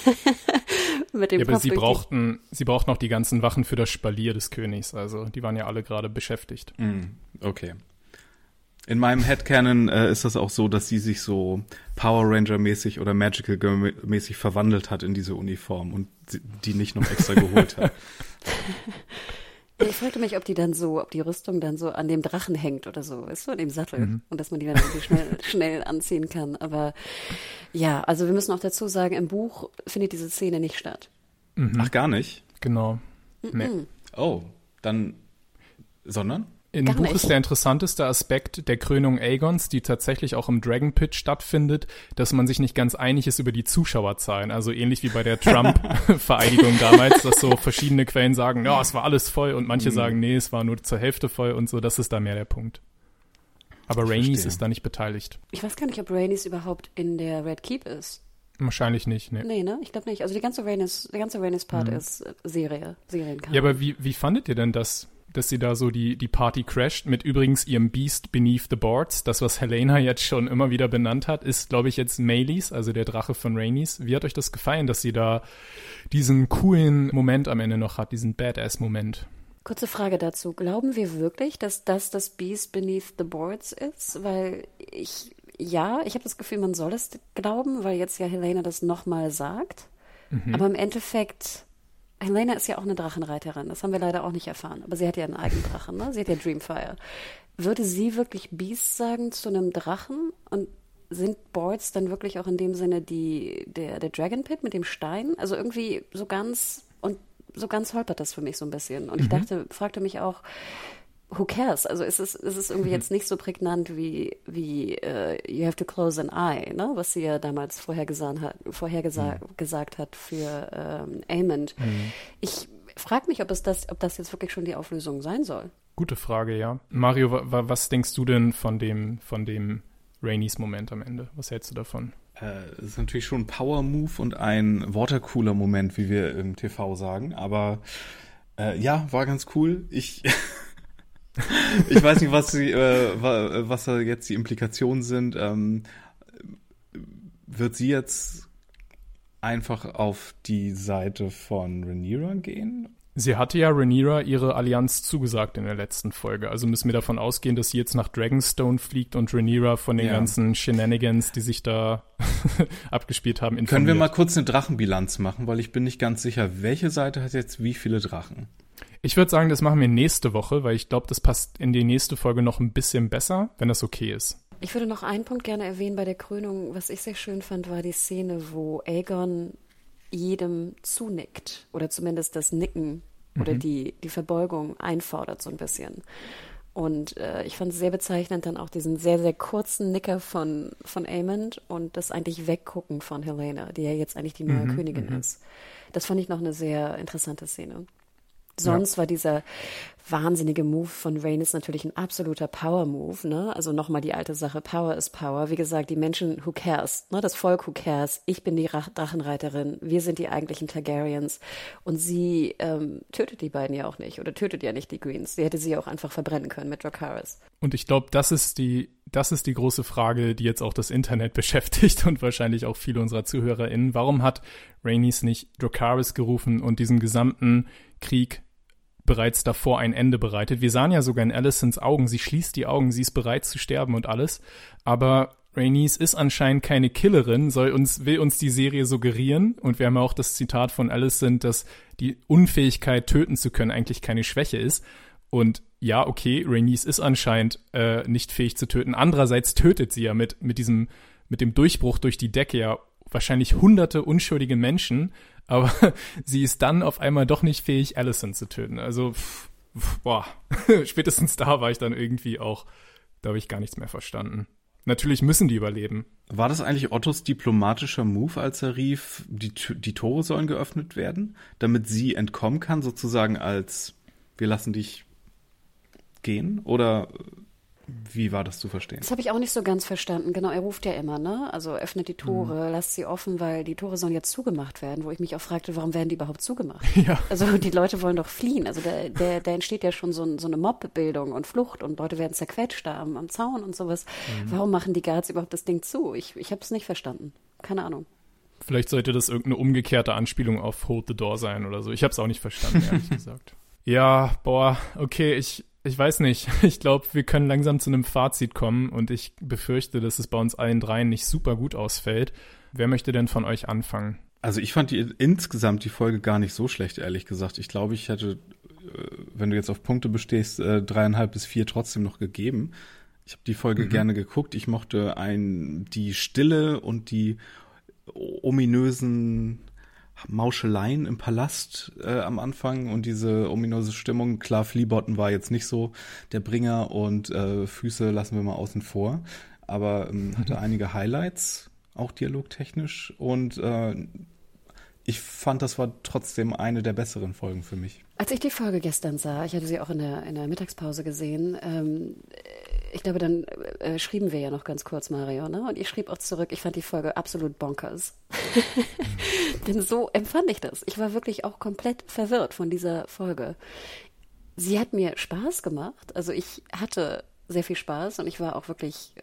Mit dem aber Kopf sie brauchten auch die ganzen Wachen für das Spalier des Königs. Also die waren ja alle gerade beschäftigt. Okay. In meinem Headcanon ist das auch so, dass sie sich so Power Ranger-mäßig oder Magical Girl-mäßig verwandelt hat in diese Uniform und die nicht noch extra geholt hat. Ich fragte mich, ob die Rüstung dann so an dem Drachen hängt oder so, ist so in dem Sattel und dass man die dann irgendwie schnell anziehen kann. Aber ja, also wir müssen auch dazu sagen, im Buch findet diese Szene nicht statt. Ach, gar nicht? Genau. Nee. Oh, dann, sondern? Im Gar Buch nicht. ist der interessanteste Aspekt der Krönung Aegons, die tatsächlich auch im Dragon Pit stattfindet, dass man sich nicht ganz einig ist über die Zuschauerzahlen. Also ähnlich wie bei der Trump-Vereidigung damals, dass so verschiedene Quellen sagen, ja, es war alles voll und manche sagen, nee, es war nur zur Hälfte voll und so. Das ist da mehr der Punkt. Aber Rhaenys ist da nicht beteiligt. Ich weiß gar nicht, ob Rhaenys überhaupt in der Red Keep ist. Wahrscheinlich nicht, ne? Nee, ne? Ich glaube nicht. Also der ganze Rhaenys-Part ist Serienkanon. Ja, aber wie fandet ihr denn das, dass sie da so die Party crasht mit übrigens ihrem Beast Beneath the Boards? Das, was Helaena jetzt schon immer wieder benannt hat, ist, glaube ich, jetzt Meleys, also der Drache von Rhaenys. Wie hat euch das gefallen, dass sie da diesen coolen Moment am Ende noch hat, diesen Badass-Moment? Kurze Frage dazu. Glauben wir wirklich, dass das Beast Beneath the Boards ist? Weil ich habe das Gefühl, man soll es glauben, weil jetzt ja Helaena das nochmal sagt. Aber im Endeffekt, Helaena ist ja auch eine Drachenreiterin. Das haben wir leider auch nicht erfahren. Aber sie hat ja einen eigenen Drachen, ne? Sie hat ja Dreamfire. Würde sie wirklich Beast sagen zu einem Drachen? Und sind Boards dann wirklich auch in dem Sinne der Dragon Pit mit dem Stein? Also irgendwie so ganz holpert das für mich so ein bisschen. Und ich fragte mich auch, who cares? Also ist es irgendwie jetzt nicht so prägnant wie you have to close an eye, ne? Was sie ja damals vorhergesagt hat für Aemond. Ich frage mich, ob das jetzt wirklich schon die Auflösung sein soll. Gute Frage, ja. Mario, was denkst du denn von dem Rhaenys Moment am Ende? Was hältst du davon? Es ist natürlich schon ein Power-Move und ein Watercooler-Moment, wie wir im TV sagen. Aber ja, war ganz cool. Ich weiß nicht, was da jetzt die Implikationen sind. Wird sie jetzt einfach auf die Seite von Rhaenyra gehen? Sie hatte ja Rhaenyra ihre Allianz zugesagt in der letzten Folge. Also müssen wir davon ausgehen, dass sie jetzt nach Dragonstone fliegt und Rhaenyra von den ganzen Shenanigans, die sich da abgespielt haben, informiert. Können wir mal kurz eine Drachenbilanz machen, weil ich bin nicht ganz sicher, welche Seite hat jetzt wie viele Drachen? Ich würde sagen, das machen wir nächste Woche, weil ich glaube, das passt in die nächste Folge noch ein bisschen besser, wenn das okay ist. Ich würde noch einen Punkt gerne erwähnen bei der Krönung. Was ich sehr schön fand, war die Szene, wo Aegon jedem zunickt oder zumindest das Nicken oder die Verbeugung einfordert so ein bisschen. Und ich fand es sehr bezeichnend dann auch diesen sehr, sehr kurzen Nicker von Aemond und das eigentlich Weggucken von Helaena, die ja jetzt eigentlich die neue Königin ist. Das fand ich noch eine sehr interessante Szene. Sonst war dieser wahnsinnige Move von Rhaenys natürlich ein absoluter Power-Move, ne? Also nochmal die alte Sache, Power is Power. Wie gesagt, die Menschen, who cares, ne? Das Volk, who cares. Ich bin die Drachenreiterin, wir sind die eigentlichen Targaryens. Und sie tötet die beiden ja auch nicht oder tötet ja nicht die Greens. Sie hätte sie ja auch einfach verbrennen können mit Dracarys. Und ich glaube, das ist die große Frage, die jetzt auch das Internet beschäftigt und wahrscheinlich auch viele unserer ZuhörerInnen. Warum hat Rhaenys nicht Dracarys gerufen und diesem gesamten Krieg bereits davor ein Ende bereitet? Wir sahen ja sogar in Alicents Augen, sie schließt die Augen, sie ist bereit zu sterben und alles. Aber Rhaenys ist anscheinend keine Killerin, will uns die Serie suggerieren. Und wir haben ja auch das Zitat von Alicent, dass die Unfähigkeit, töten zu können, eigentlich keine Schwäche ist. Und ja, okay, Rhaenys ist anscheinend nicht fähig zu töten. Andererseits tötet sie ja mit dem Durchbruch durch die Decke ja wahrscheinlich hunderte unschuldige Menschen, aber sie ist dann auf einmal doch nicht fähig, Alicent zu töten. Also, spätestens da war ich dann irgendwie auch, da habe ich gar nichts mehr verstanden. Natürlich müssen die überleben. War das eigentlich Ottos diplomatischer Move, als er rief, die Tore sollen geöffnet werden, damit sie entkommen kann, sozusagen als, wir lassen dich gehen? Oder wie war das zu verstehen? Das habe ich auch nicht so ganz verstanden. Genau, er ruft ja immer, ne? Also öffnet die Tore, lasst sie offen, weil die Tore sollen jetzt zugemacht werden, wo ich mich auch fragte, warum werden die überhaupt zugemacht? Ja. Also die Leute wollen doch fliehen. Also da entsteht ja schon so eine Mobbildung und Flucht und Leute werden zerquetscht da am Zaun und sowas. Warum machen die Guards überhaupt das Ding zu? Ich habe es nicht verstanden. Keine Ahnung. Vielleicht sollte das irgendeine umgekehrte Anspielung auf Hold the Door sein oder so. Ich habe es auch nicht verstanden, ehrlich gesagt. Ja, boah, okay, ich weiß nicht. Ich glaube, wir können langsam zu einem Fazit kommen und ich befürchte, dass es bei uns allen dreien nicht super gut ausfällt. Wer möchte denn von euch anfangen? Also ich fand insgesamt die Folge gar nicht so schlecht, ehrlich gesagt. Ich glaube, ich hätte, wenn du jetzt auf Punkte bestehst, 3,5 bis 4 trotzdem noch gegeben. Ich habe die Folge gerne geguckt. Ich mochte die Stille und die ominösen Mauscheleien im Palast am Anfang und diese ominöse Stimmung. Klar, Fleabottom war jetzt nicht so der Bringer und Füße lassen wir mal außen vor, aber hatte einige Highlights, auch dialogtechnisch und ich fand, das war trotzdem eine der besseren Folgen für mich. Als ich die Folge gestern sah, ich hatte sie auch in der Mittagspause gesehen, ich glaube, dann schrieben wir ja noch ganz kurz, Mario, ne? Und ich schrieb auch zurück, ich fand die Folge absolut bonkers. Denn so empfand ich das. Ich war wirklich auch komplett verwirrt von dieser Folge. Sie hat mir Spaß gemacht. Also ich hatte sehr viel Spaß und ich war auch wirklich,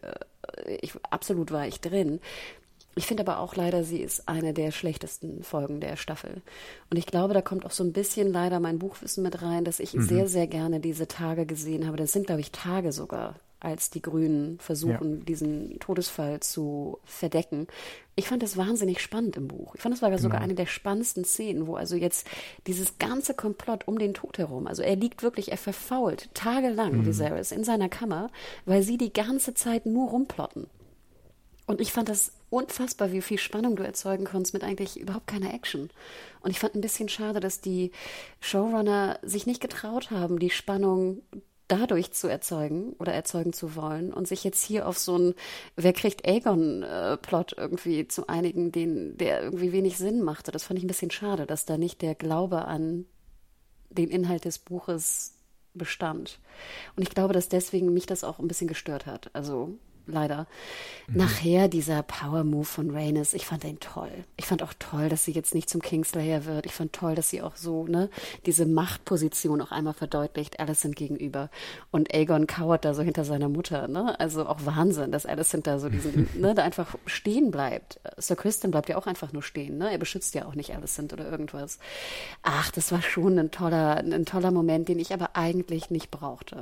absolut war ich drin. Ich finde aber auch leider, sie ist eine der schlechtesten Folgen der Staffel. Und ich glaube, da kommt auch so ein bisschen leider mein Buchwissen mit rein, dass ich sehr, sehr gerne diese Tage gesehen habe. Das sind, glaube ich, Tage sogar, als die Grünen versuchen, diesen Todesfall zu verdecken. Ich fand das wahnsinnig spannend im Buch. Ich fand, das war sogar eine der spannendsten Szenen, wo also jetzt dieses ganze Komplott um den Tod herum, also er liegt wirklich, er verfault tagelang, Viserys, in seiner Kammer, weil sie die ganze Zeit nur rumplotten. Und ich fand das unfassbar, wie viel Spannung du erzeugen konntest mit eigentlich überhaupt keiner Action. Und ich fand ein bisschen schade, dass die Showrunner sich nicht getraut haben, die Spannung dadurch zu erzeugen oder erzeugen zu wollen und sich jetzt hier auf so einen wer kriegt Aegon-Plot irgendwie zu einigen, der irgendwie wenig Sinn machte. Das fand ich ein bisschen schade, dass da nicht der Glaube an den Inhalt des Buches bestand. Und ich glaube, dass deswegen mich das auch ein bisschen gestört hat. Also leider. Nachher dieser Power-Move von Rhaenys, ich fand den toll. Ich fand auch toll, dass sie jetzt nicht zum Kingslayer wird. Ich fand toll, dass sie auch so, ne, diese Machtposition auch einmal verdeutlicht, Alicent gegenüber. Und Aegon kauert da so hinter seiner Mutter, ne? Also auch Wahnsinn, dass Alicent da so diesen, ne, da einfach stehen bleibt. Sir Criston bleibt ja auch einfach nur stehen, ne? Er beschützt ja auch nicht Alicent oder irgendwas. Ach, das war schon ein toller Moment, den ich aber eigentlich nicht brauchte.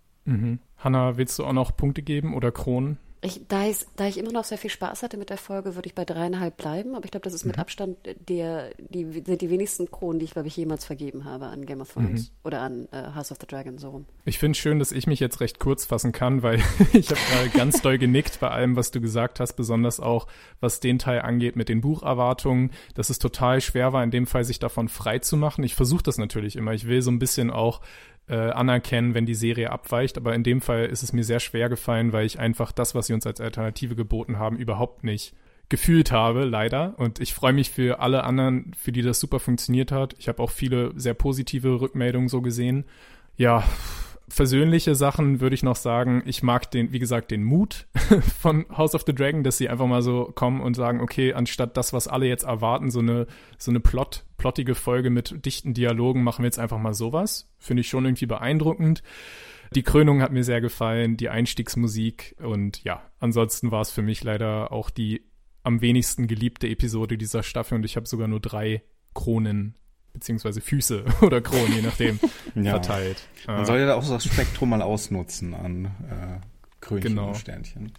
Hannah, willst du auch noch Punkte geben oder Kronen? Da ich immer noch sehr viel Spaß hatte mit der Folge, würde ich bei 3,5 bleiben. Aber ich glaube, das ist mit Abstand die wenigsten Kronen, die ich, glaube ich, jemals vergeben habe an Game of Thrones oder an House of the Dragon, so rum. Ich finde es schön, dass ich mich jetzt recht kurz fassen kann, weil ich habe gerade ganz doll genickt bei allem, was du gesagt hast, besonders auch, was den Teil angeht mit den Bucherwartungen, dass es total schwer war, in dem Fall sich davon frei zu machen. Ich versuche das natürlich immer. Ich will so ein bisschen auch anerkennen, wenn die Serie abweicht, aber in dem Fall ist es mir sehr schwer gefallen, weil ich einfach das, was sie uns als Alternative geboten haben, überhaupt nicht gefühlt habe, leider. Und ich freue mich für alle anderen, für die das super funktioniert hat. Ich habe auch viele sehr positive Rückmeldungen so gesehen. Ja, versöhnliche Sachen würde ich noch sagen. Ich mag den Mut von House of the Dragon, dass sie einfach mal so kommen und sagen, okay, anstatt das, was alle jetzt erwarten, so eine plottige Folge mit dichten Dialogen, machen wir jetzt einfach mal sowas. Finde ich schon irgendwie beeindruckend. Die Krönung hat mir sehr gefallen, die Einstiegsmusik und ja, ansonsten war es für mich leider auch die am wenigsten geliebte Episode dieser Staffel und ich habe sogar nur 3 Kronen beziehungsweise Füße oder Kronen, je nachdem, verteilt. Man soll ja auch das Spektrum mal ausnutzen an Krönchen und Sternchen.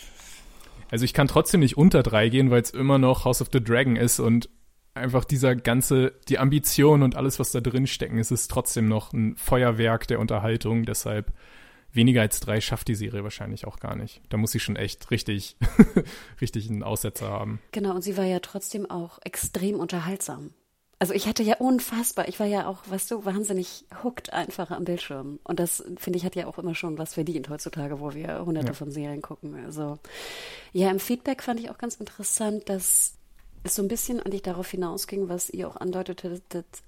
Also ich kann trotzdem nicht unter 3 gehen, weil es immer noch House of the Dragon ist und einfach die Ambition und alles, was da drin stecken, es ist trotzdem noch ein Feuerwerk der Unterhaltung, deshalb weniger als 3 schafft die Serie wahrscheinlich auch gar nicht. Da muss sie schon echt richtig einen Aussetzer haben. Genau, und sie war ja trotzdem auch extrem unterhaltsam. Also ich war ja auch, weißt du, wahnsinnig hooked einfach am Bildschirm. Und das, finde ich, hat ja auch immer schon was verdient heutzutage, wo wir hunderte von Serien gucken. Also ja, im Feedback fand ich auch ganz interessant, dass es so ein bisschen eigentlich darauf hinausging, was ihr auch andeutetet,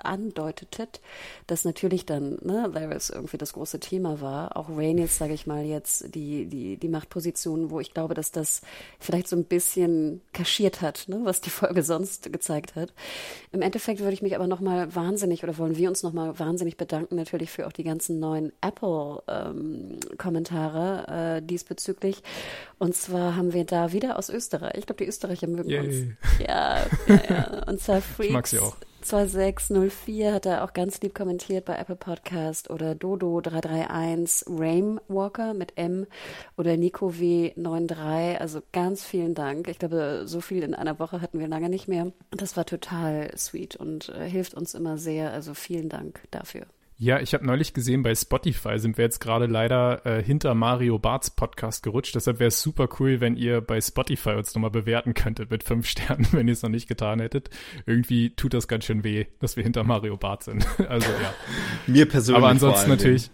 dass natürlich dann Varys irgendwie das große Thema war. Auch Rhaenys, sage ich mal jetzt, die Machtposition, wo ich glaube, dass das vielleicht so ein bisschen kaschiert hat, was die Folge sonst gezeigt hat. Im Endeffekt würde ich mich aber nochmal wollen wir uns nochmal wahnsinnig bedanken, natürlich für auch die ganzen neuen Apple-Kommentare diesbezüglich. Und zwar haben wir da wieder aus Österreich, ich glaube, die Österreicher mögen uns. Ja. Und zwar Freaks 2604 hat er auch ganz lieb kommentiert bei Apple Podcast oder Dodo331, Rainwalker mit M oder NicoW93. Also ganz vielen Dank. Ich glaube, so viel in einer Woche hatten wir lange nicht mehr. Das war total sweet und hilft uns immer sehr. Also vielen Dank dafür. Ja, ich habe neulich gesehen, bei Spotify sind wir jetzt gerade leider hinter Mario Barths Podcast gerutscht. Deshalb wäre es super cool, wenn ihr bei Spotify uns nochmal bewerten könntet mit 5 Sternen, wenn ihr es noch nicht getan hättet. Irgendwie tut das ganz schön weh, dass wir hinter Mario Barth sind. Also ja. Mir persönlich. Aber ansonsten natürlich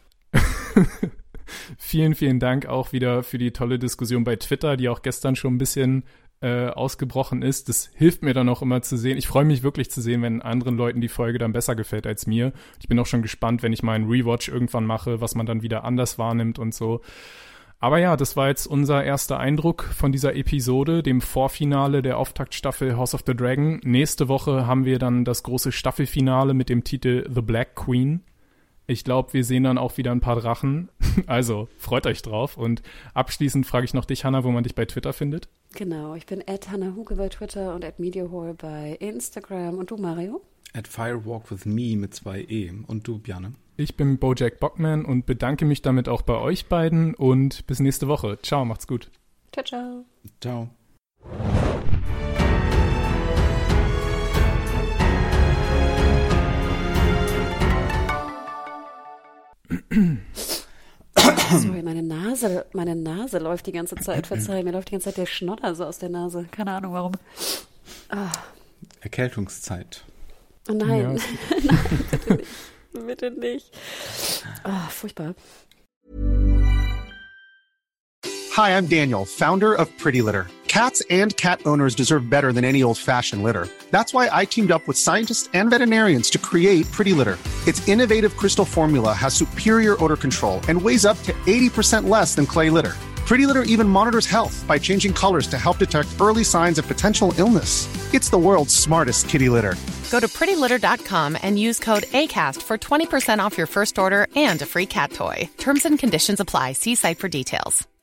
vielen, vielen Dank auch wieder für die tolle Diskussion bei Twitter, die auch gestern schon ein bisschen ausgebrochen ist. Das hilft mir dann auch immer zu sehen. Ich freue mich wirklich zu sehen, wenn anderen Leuten die Folge dann besser gefällt als mir. Ich bin auch schon gespannt, wenn ich mal einen Rewatch irgendwann mache, was man dann wieder anders wahrnimmt und so. Aber ja, das war jetzt unser erster Eindruck von dieser Episode, dem Vorfinale der Auftaktstaffel House of the Dragon. Nächste Woche haben wir dann das große Staffelfinale mit dem Titel The Black Queen. Ich glaube, wir sehen dann auch wieder ein paar Drachen. Also freut euch drauf. Und abschließend frage ich noch dich, Hannah, wo man dich bei Twitter findet. Genau, ich bin @HannahHuge bei Twitter und @MediaHore bei Instagram. Und du, Mario? @FirewalkWithMe mit 2 E. Und du, Bjarne? Ich bin Bojack Bockman und bedanke mich damit auch bei euch beiden. Und bis nächste Woche. Ciao, macht's gut. Ciao, ciao. Ciao. Sorry, meine Nase läuft die ganze Zeit. Verzeih, mir läuft die ganze Zeit der Schnodder so aus der Nase. Keine Ahnung, warum. Erkältungszeit. Oh nein. Ja. Nein, bitte nicht. Bitte nicht. Furchtbar. Hi, I'm Daniel, founder of Pretty Litter. Cats and cat owners deserve better than any old-fashioned litter. That's why I teamed up with scientists and veterinarians to create Pretty Litter. Its innovative crystal formula has superior odor control and weighs up to 80% less than clay litter. Pretty Litter even monitors health by changing colors to help detect early signs of potential illness. It's the world's smartest kitty litter. Go to prettylitter.com and use code ACAST for 20% off your first order and a free cat toy. Terms and conditions apply. See site for details.